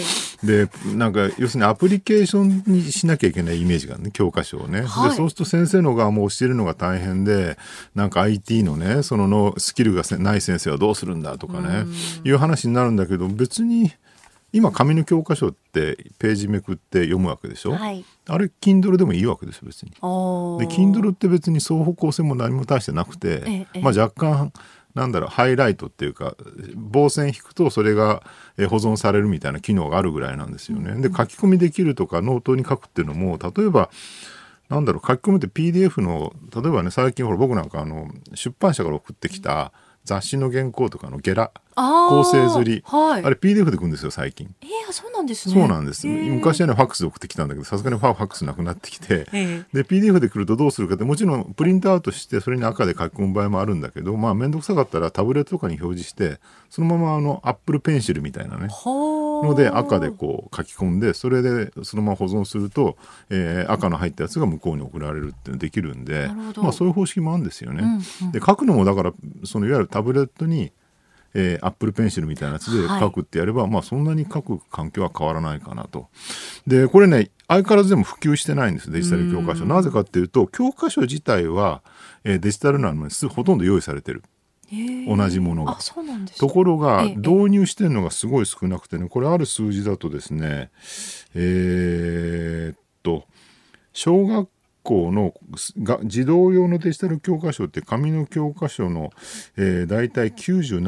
でなんか要するにアプリケーションにしなきゃいけないイメージがね、教科書をね、はい、でそうすると先生の側も教えるのが大変で、なんか IT のね、そのスキルがない先生はどうするんだとかね、いう話になるんだけど、別に今紙の教科書ってページめくって読むわけでしょ、はい、あれ Kindle でもいいわけですよ別に。で Kindle って別に双方向性も何も大してなくて、若干ハイライトっていうか棒線引くとそれが保存されるみたいな機能があるぐらいなんですよね。で書き込みできるとかノートに書くっていうのも、例えば書き込みって PDF の、例えばね、最近ほら僕なんか出版社から送ってきた雑誌の原稿とかのゲラ構成刷り、 はい、 あれ PDF で来るんですよ最近。 そうなんですね。 そうなんです。昔はねファックスで送ってきたんだけど、さすがにファックスなくなってきて、で PDF で来るとどうするかって、もちろんプリントアウトしてそれに赤で書き込む場合もあるんだけど、まあ面倒くさかったらタブレットとかに表示してそのままApple Pencilみたいなねので赤でこう書き込んで、それでそのまま保存すると、赤の入ったやつが向こうに送られるっていうのができるんで、まあそういう方式もあるんですよね。で書くのもだからそのいわゆるタブレットにApple Pencil みたいなやつで書くってやれば、まあそんなに書く環境は変わらないかなと。でこれね相変わらずでも普及してないんです、デジタル教科書。なぜかっていうと教科書自体は、デジタルなのにほとんど用意されてる、同じものが。 そうなんですね。 ところが導入してるのがすごい少なくてね、これある数字だとですね、小学校の児童用のデジタル教科書って紙の教科書の、だいたい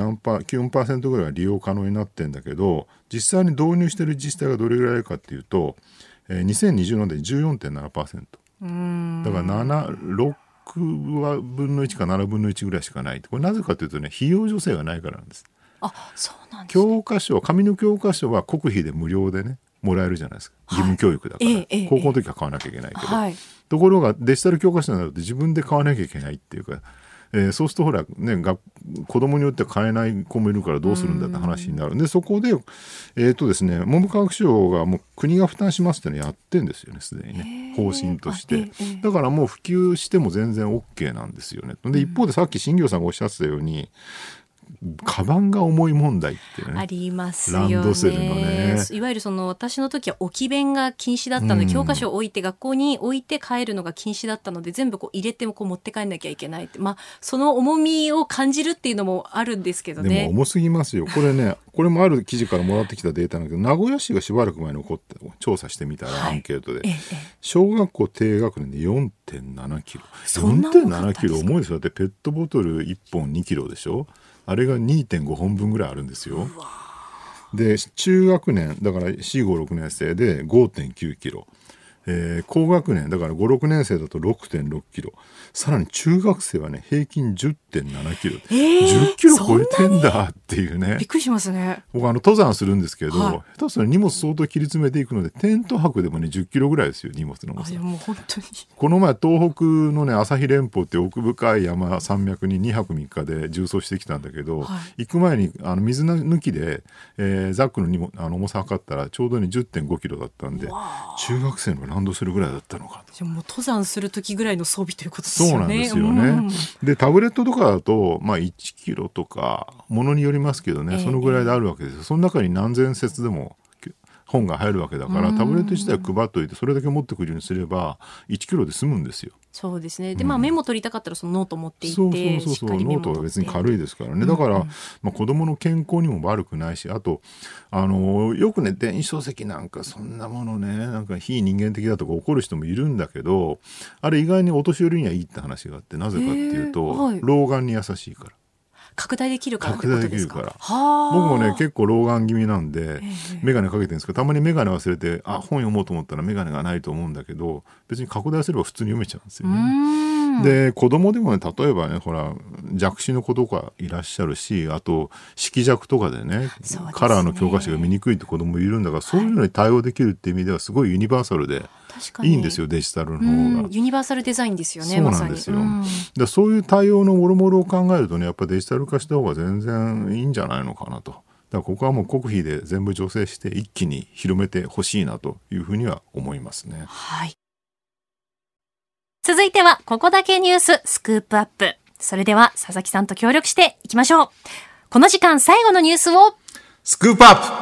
94% ぐらいは利用可能になってんだけど、実際に導入してる自治体がどれぐらいかっていうと、2020年で 14.7%。だから6分の1か7分の1ぐらいしかない。これなぜかというとね、費用助成がないからなんです。 そうなんですね。 教科書、紙の教科書は国費で無料でねもらえるじゃないですか。義務教育だから、高校の時は買わなきゃいけないけど、ところがデジタル教科書になると自分で買わなきゃいけないっていうか、そうするとほらね子供によっては買えない子もいるからどうするんだって話になるんで、そこでですね、文部科学省がもう国が負担しますってのやってんですよね、すでにね、方針として。だからもう普及しても全然 OK なんですよね。で一方でさっき新行さんがおっしゃってたように、カバンが重い問題っていうね、 ありますよね。 ランドセルのね、 いわゆる私の時は置き弁が禁止だったので、教科書を置いて学校に置いて帰るのが禁止だったので、全部こう入れてもこう持って帰んなきゃいけないって、まあその重みを感じるっていうのもあるんですけどね。 でも重すぎますよこれね。これもある記事からもらってきたデータなんだけど、名古屋市がしばらく前に起こって調査してみたら、アンケートで、小学校低学年で 4.7 キロ 4.7 キロ重いですよ。だってペットボトル1本2キロでしょ。あれが 2.5 本分ぐらいあるんですよ。で中学年だから 4,5,6 年生で 5.9 キロ、高学年だから 5,6 年生だと 6.6 キロ、さらに中学生はね平均 10.7 キロ、10キロ超えてんだっていうね。 びっくりしますね。 僕登山するんですけど、下手すると荷物相当切り詰めていくので、テント泊でもね10キロぐらいですよ、荷物の重さ。 もう本当にこの前東北のね朝日連峰って奥深い山山脈に2泊3日で縦走してきたんだけど、行く前に水抜きで、ザックの重さ測ったらちょうどね 10.5 キロだったんで、中学生のランドセルぐらいだったのかと。 じゃあもう登山する時ぐらいの装備ということですよね。 そうなんですよね。でタブレットとかだと、まあ、1キロとかものによりますけどね、そのぐらいであるわけですよ。その中に何千冊でも本が入るわけだから、タブレット自体は配っといてそれだけ持ってくるようにすれば1キロで済むんですよ。 そうですね。で、メモ取りたかったらそのノート持っていって、しっかりメモ取って。ノートは別に軽いですからね。だから、子供の健康にも悪くないし、あとよくね電子書籍なんかそんなものね、なんか非人間的だとか怒る人もいるんだけど、あれ意外にお年寄りにはいいって話があって、なぜかっていうと、老眼に優しいから。拡大できるからってことですか。 僕もね結構老眼気味なんで眼鏡かけてるんですけど、たまに眼鏡忘れて本読もうと思ったら眼鏡がないと思うんだけど、別に拡大すれば普通に読めちゃうんですよね。で子供でもね、例えばねほら弱視の子とかいらっしゃるし、あと色弱とかでねカラーの教科書が見にくいって子供いるんだから、そういうのに対応できるっていう意味ではすごいユニバーサルでいいんですよ、デジタルの方が。 ユニバーサルデザインですよね。 そうなんですよ。でそういう対応のもろもろを考えるとね、やっぱデジタル化した方が全然いいんじゃないのかなと。だからここはもう国費で全部助成して一気に広めてほしいなというふうには思いますね。 はい。続いてはここだけニューススクープアップ。それでは佐々木さんと協力していきましょう。この時間最後のニュースをスクープアップ。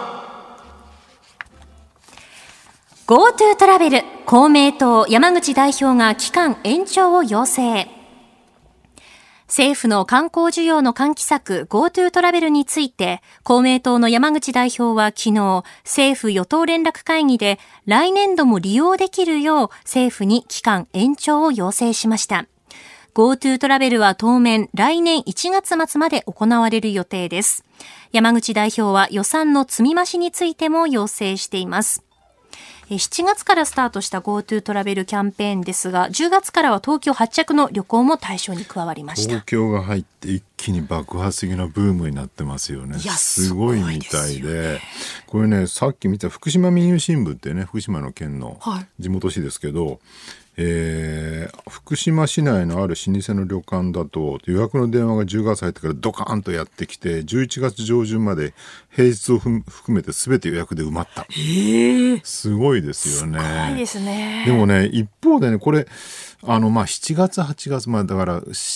GoTo トラベル、公明党山口代表が期間延長を要請。政府の観光需要の喚起策 GoTo トラベルについて、公明党の山口代表は昨日、政府与党連絡会議で来年度も利用できるよう政府に期間延長を要請しました。GoTo トラベルは当面来年1月末まで行われる予定です。山口代表は予算の積み増しについても要請しています。 7月からスタートした GoTo トラベルキャンペーンですが、10月からは東京発着の旅行も対象に加わりました。 東京が入って一気に爆発的なブームになってますよね。 いやすごいみたいで、これね、さっき見た福島民友新聞ってね、福島の県の地元紙ですけど、福島市内のある老舗の旅館だと予約の電話が10月入ってからドカーンとやってきて、11月上旬まで平日を含めて全て予約で埋まった。すごいですよね。 すごいですね。 でもね、一方でね、これ7月8月、だから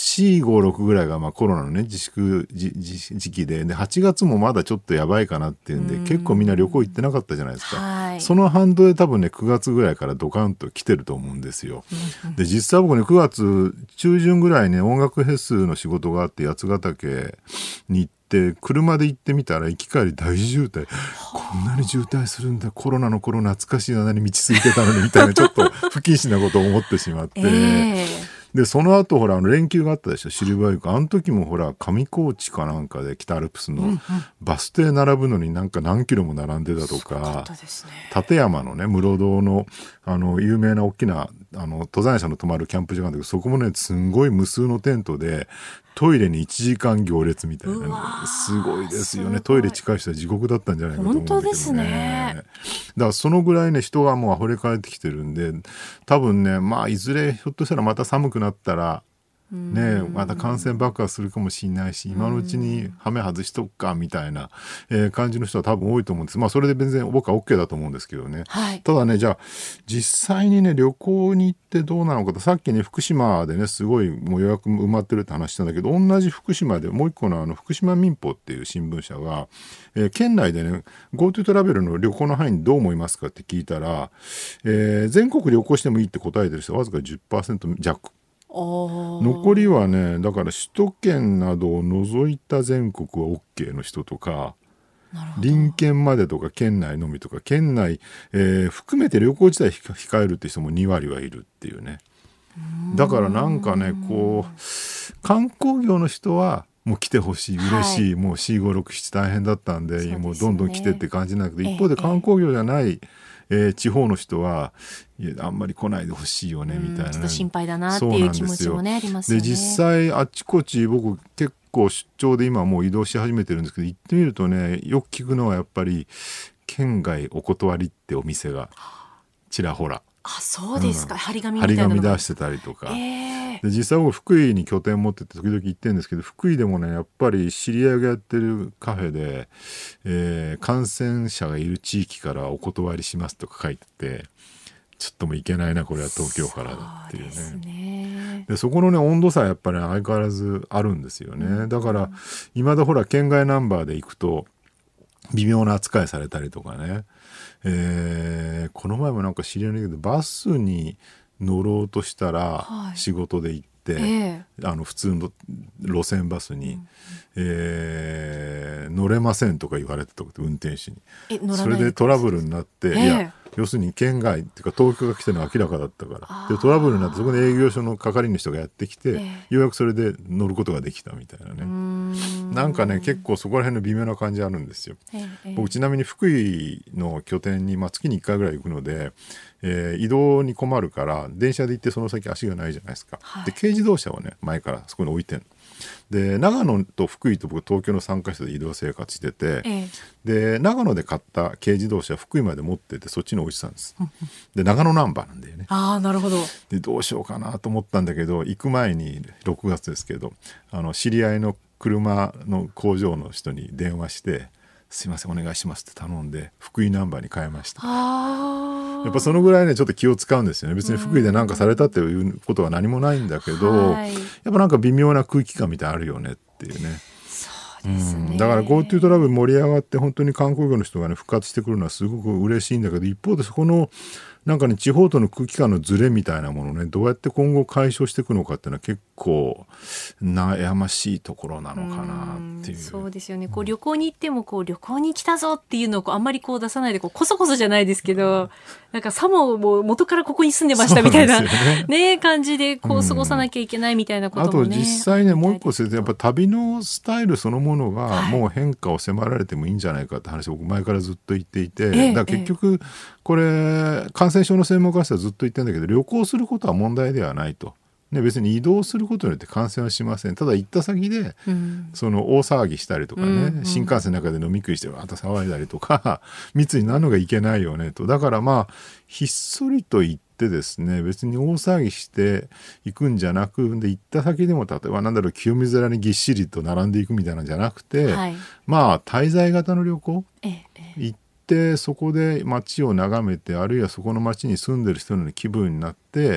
4、5、6ぐらいがコロナのね自粛時期で、8月もまだちょっとやばいかなっていうんで、結構みんな旅行行ってなかったじゃないですか。その反動で多分ね、9月ぐらいからドカンと来てると思うんですよ。で、実際僕ね、9月中旬ぐらいに音楽フェスの仕事があって八ヶ岳に行って、車で行ってみたら行き帰り大渋滞。こんなに渋滞するんだ、コロナの頃懐かしいあんなに道空いてたのにみたいな、ちょっと不謹慎なことを思ってしまって、でその後ほら連休があったでしょ、シルバーウィーク。あの時もほら上高地かなんかで北アルプスのバス停並ぶのになんか何キロも並んでたとか、立山のね室堂の有名な大きな登山者の泊まるキャンプ場があるんだけど、そこもねすんごい無数のテントでトイレに1時間行列みたいな、ね、すごいですよね。トイレ近い人は地獄だったんじゃないかと思うんだけどね。 本当ですね。 だからそのぐらいね、人がもう溢れ返ってきてるんで、多分ね、いずれひょっとしたらまた寒くなったらね、また感染爆発するかもしれないし、今のうちにハメ外しとくかみたいな、感じの人は多分多いと思うんです。それで全然僕は OK だと思うんですけどね、ただね、じゃあ実際にね旅行に行ってどうなのかと、さっきね福島でねすごいもう予約埋まってるって話したんだけど、同じ福島でもう一個の福島民報っていう新聞社が、県内でね GoTo トラベルの旅行の範囲にどう思いますかって聞いたら、全国旅行してもいいって答えてる人はわずか 10% 弱。残りはね、だから首都圏などを除いた全国は OK の人とか、隣県までとか県内のみとか、県内、含めて旅行自体控えるって人も2割はいるっていうね。だからなんかね、こう観光業の人はもう来てほしい、嬉しい、もう4、5、6、7大変だったんで、もうどんどん来てって感じなんだけど、一方で観光業じゃない地方の人はいやあんまり来ないでほしいよねみたいな、 ちょっと心配だなっていう気持ちもねありますよね。 で実際あっちこっち僕結構出張で今もう移動し始めてるんですけど、行ってみるとね、よく聞くのはやっぱり県外お断りってお店がちらほら。 そうですか、張り紙みたいなの張り紙出してたりとか、で実際僕福井に拠点持ってて時々行ってるんですけど、福井でもねやっぱり知り合いがやってるカフェで、感染者がいる地域からお断りしますとか書いてて、ちょっともういけないなこれは東京からだっていうね。でそこのね温度差やっぱり相変わらずあるんですよね。だから今だほら県外ナンバーで行くと微妙な扱いされたりとかね、この前もなんか知り合いだけどバスに乗ろうとしたら仕事で行って、普通の路線バスに、乗れませんとか言われてたこと運転手に。それでトラブルになって、いや要するに県外っていうか東京が来てるのが明らかだったからでトラブルになって、そこで営業所の係の人がやってきて、ようやくそれで乗ることができたみたいなね。なんかね結構そこら辺の微妙な感じあるんですよ。僕ちなみに福井の拠点に、月に1回ぐらい行くので、移動に困るから電車で行ってその先足がないじゃないですか。で軽自動車をね前からそこに置いてんので、長野と福井と僕東京の3カ所で移動生活してて、で長野で買った軽自動車福井まで持っててそっちに置いてたんですで長野ナンバーなんだよね。 なるほど。 でどうしようかなと思ったんだけど、行く前に6月ですけど知り合いの車の工場の人に電話してすいませんお願いしますって頼んで福井ナンバーに変えました。やっぱそのぐらいねちょっと気を使うんですよね。別に福井で何かされたっていうことは何もないんだけど、やっぱなんか微妙な空気感みたいなのあるよねっていうね。 そうですね。 だから GoTo トラベル盛り上がって本当に観光業の人がね復活してくるのはすごく嬉しいんだけど、一方でそこのなんかね地方との空気感のズレみたいなものをねどうやって今後解消していくのかっていうのは結構悩ましいところなのかなっていう。 そうですよね。旅行に行っても旅行に来たぞっていうのをあんまり出さないでこそこそじゃないですけど、なんかさも元からここに住んでましたみたいなね感じで過ごさなきゃいけないみたいなこともね。 あと実際ねもう一個説やっぱ旅のスタイルそのものがもう変化を迫られてもいいんじゃないかって話を僕前からずっと言っていて、だから結局これ感染症の専門家の人はずっと言ってるんだけど、旅行することは問題ではないと。ね、別に移動することによって感染はしません。ただ行った先で、その大騒ぎしたりとかね、新幹線の中で飲み食いしてわーっと騒いだりとか密になるのがいけないよねと。だからまあひっそりと行ってですね、別に大騒ぎしていくんじゃなくで、行った先でも例えば清水寺にぎっしりと並んでいくみたいなんじゃなくて、はい、まあ滞在型の旅行、行ってそこで街を眺めて、あるいはそこの街に住んでる人の気分になって、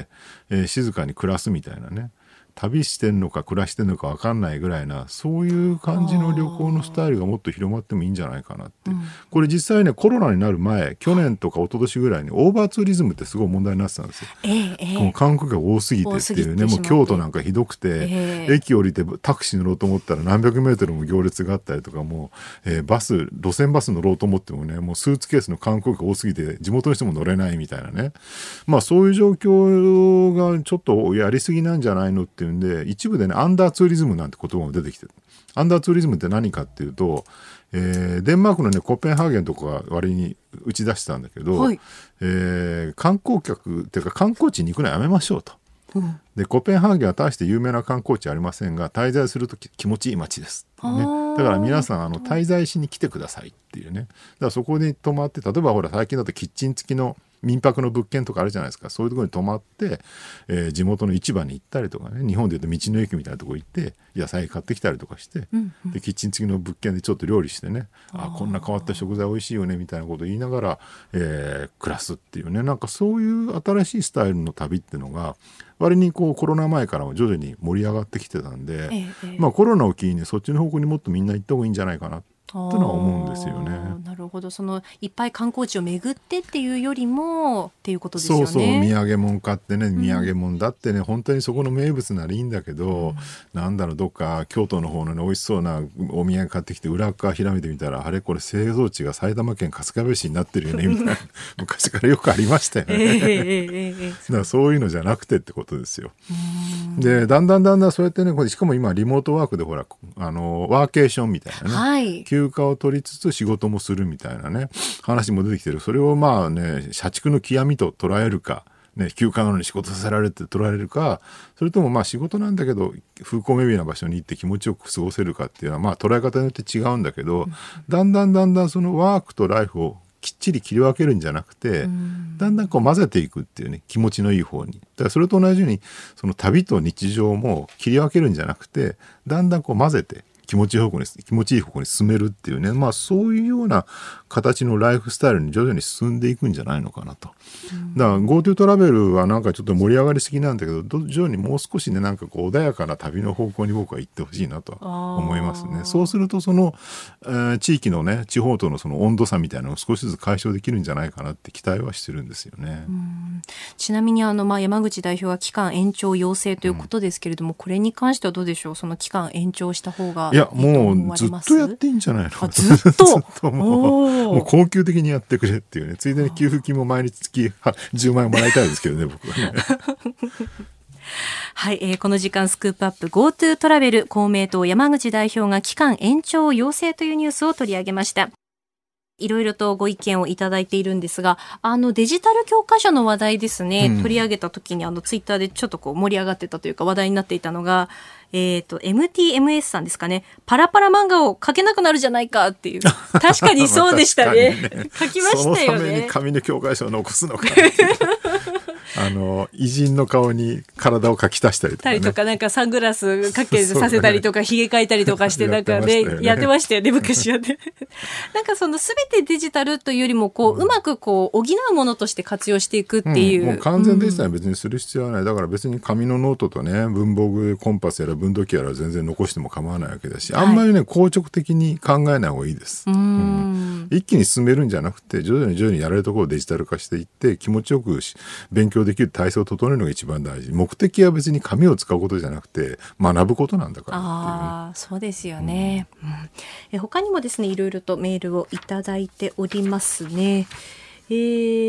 静かに暮らすみたいなね、旅してんのか暮らしてんのか分かんないぐらいな、そういう感じの旅行のスタイルがもっと広まってもいいんじゃないかなって、これ実際ね、コロナになる前、去年とか一昨年ぐらいにオーバーツーリズムってすごい問題になってたんですよ。この観光客が多すぎてっていうね、もう京都なんかひどくて、駅降りてタクシー乗ろうと思ったら何百メートルも行列があったりとか、もう、路線バス乗ろうと思ってもね、もうスーツケースの観光客が多すぎて地元の人も乗れないみたいなね、まあそういう状況がちょっとやりすぎなんじゃないのってで、一部でね、アンダーツーリズムなんて言葉も出てきてる。アンダーツーリズムって何かっていうと、デンマークのね、コペンハーゲンとかが割に打ち出したんだけど、はい、観光客っていうか観光地に行くのはやめましょうと。でコペンハーゲンは大して有名な観光地ありませんが、滞在すると気持ちいい街ですっていうね。だから皆さん滞在しに来てくださいっていうね。だからそこに泊まって、例えばほら最近だとキッチン付きの民泊の物件とかあるじゃないですか。そういうところに泊まって、地元の市場に行ったりとかね、日本でいうと道の駅みたいなところ行って野菜買ってきたりとかして、でキッチン付きの物件でちょっと料理してね、こんな変わった食材美味しいよねみたいなことを言いながら、暮らすっていうね、なんかそういう新しいスタイルの旅っていうのが割にこうコロナ前からも徐々に盛り上がってきてたんで、まあコロナを機にね、そっちの方向にもっとみんな行った方がいいんじゃないかなというのは思うんですよね。 なるほど。そのいっぱい観光地を巡ってっていうよりもっていうことですよね。 そう土産物買ってね、土産物だってね、本当にそこの名物ならいいんだけど、なんだろう、どっか京都の方のね、美味しそうなお土産買ってきて裏側開めてみたら、あれこれ製造地が埼玉県春日部市になってるよねみたいな昔からよくありましたよね。だからそういうのじゃなくてってことですよ。でだんだんそうやってね、しかも今リモートワークでほらワーケーションみたいなね、はい、休暇を取りつつ仕事もするみたいなね話も出てきてる。それをまあね、社畜の極みと捉えるか、ね、休暇なのに仕事させられるって捉えるか、それともまあ仕事なんだけど風光明媚な場所に行って気持ちよく過ごせるかっていうのはまあ捉え方によって違うんだけど、だんだんそのワークとライフをきっちり切り分けるんじゃなくて、だんだんこう混ぜていくっていうね、気持ちのいい方に。だからそれと同じようにその旅と日常も切り分けるんじゃなくて、だんだんこう混ぜて気持ちいい方向に進めるっていうね、まあそういうような形のライフスタイルに徐々に進んでいくんじゃないのかなと。だから GoTo トラベルはなんかちょっと盛り上がりすぎなんだけど、徐々にもう少しね、なんかこう穏やかな旅の方向に僕は行ってほしいなと思いますね。そうするとその、地域のね、地方とのその温度差みたいなのを少しずつ解消できるんじゃないかなって期待はしてるんですよね。 ちなみに山口代表は期間延長要請ということですけれども、これに関してはどうでしょう。その期間延長した方がいいと思われます？ もうずっとやっていいんじゃないの。 ずっともう恒久的にやってくれっていうね。ついでに給付金も毎日月10万円もらいたいですけどね、僕はね。 はい、この時間スクープアップ GoTo トラベル、公明党山口代表が期間延長を要請というニュースを取り上げました。いろいろとご意見をいただいているんですが、デジタル教科書の話題ですね、取り上げた時にツイッターでちょっとこう盛り上がってたというか話題になっていたのが、MTMS さんですかね、パラパラ漫画を描けなくなるじゃないかっていう。確かにそうでしたね。書きましたよね。 そのために紙の教科書を残すのか偉人の顔に体を描き足したりとかね、 なんかサングラスかけさせたりとか、ひげ描いたりとかしてなんかね、やってましたよね、昔はね。なんかその全てデジタルというよりもこう、うまくこう補うものとして活用していくっていう。 もう完全デジタルは別にする必要はない。だから別に紙のノートとね、文房具コンパスやら分度器やら全然残しても構わないわけだし、あんまりね、硬直的に考えない方がいいです。一気に進めるんじゃなくて、徐々にやれるところをデジタル化していって気持ちよく勉強できる体制を整えるのが一番大事。目的は別に紙を使うことじゃなくて学ぶことなんだからっていう、 そうですよね。他にもですね、いろいろとメールをいただいておりますね。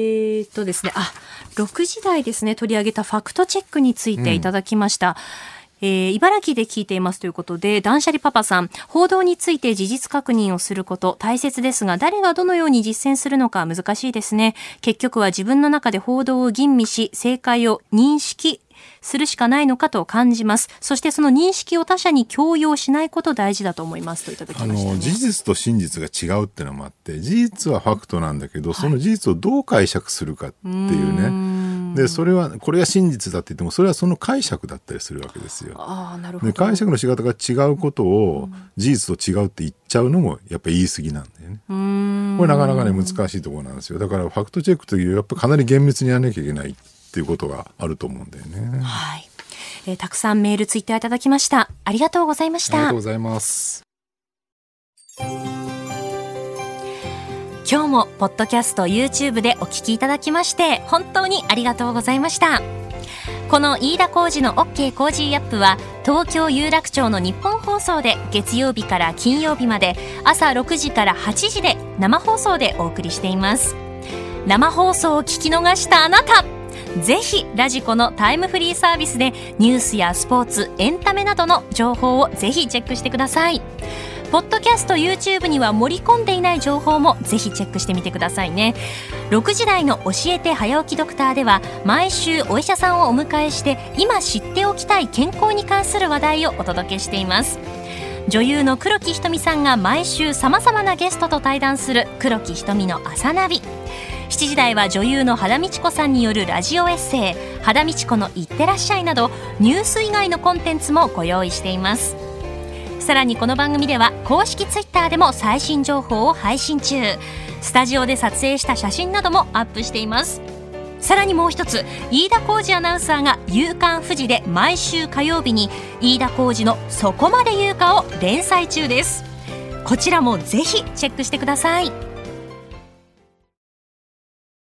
ですね、6時台ですね、取り上げたファクトチェックについていただきました。 茨城で聞いていますということで、断捨離パパさん、報道について事実確認をすること大切ですが、誰がどのように実践するのか難しいですね。結局は自分の中で報道を吟味し、正解を認識するしかないのかと感じます。そしてその認識を他者に強要しないこと大事だと思いますといただきましたね。 事実と真実が違うってのもあって、事実はファクトなんだけど、その事実をどう解釈するかっていうね。でそれはこれが真実だって言っても、それはその解釈だったりするわけですよ。 なるほど。 で解釈の仕方が違うことを事実と違うって言っちゃうのもやっぱり言い過ぎなんだよね。これなかなかね難しいところなんですよ。だからファクトチェックというやっぱかなり厳密にやらなきゃいけないっていうことがあると思うんだよね。 はい。たくさんメールツイッターいただきました。ありがとうございました。 ありがとうございます。 今日もポッドキャスト YouTube でお聞きいただきまして本当にありがとうございました。この飯田浩司の OK コージーアップは東京有楽町の日本放送で月曜日から金曜日まで朝6時から8時で生放送でお送りしています。生放送を聞き逃したあなた、ぜひラジコのタイムフリーサービスでニュースやスポーツ、エンタメなどの情報をぜひチェックしてください。ポッドキャスト YouTube には盛り込んでいない情報もぜひチェックしてみてくださいね。6時台の教えて早起きドクターでは毎週お医者さんをお迎えして今知っておきたい健康に関する話題をお届けしています。女優の黒木瞳さんが毎週さまざまなゲストと対談する黒木瞳の朝ナビ。7時台は女優の羽田美智子さんによるラジオエッセイ羽田美智子のいってらっしゃいなどニュース以外のコンテンツもご用意しています。さらにこの番組では公式ツイッターでも最新情報を配信中。スタジオで撮影した写真などもアップしています。さらにもう一つ、飯田浩司アナウンサーが夕刊フジで毎週火曜日に飯田浩司のそこまで言うかを連載中です。こちらもぜひチェックしてください。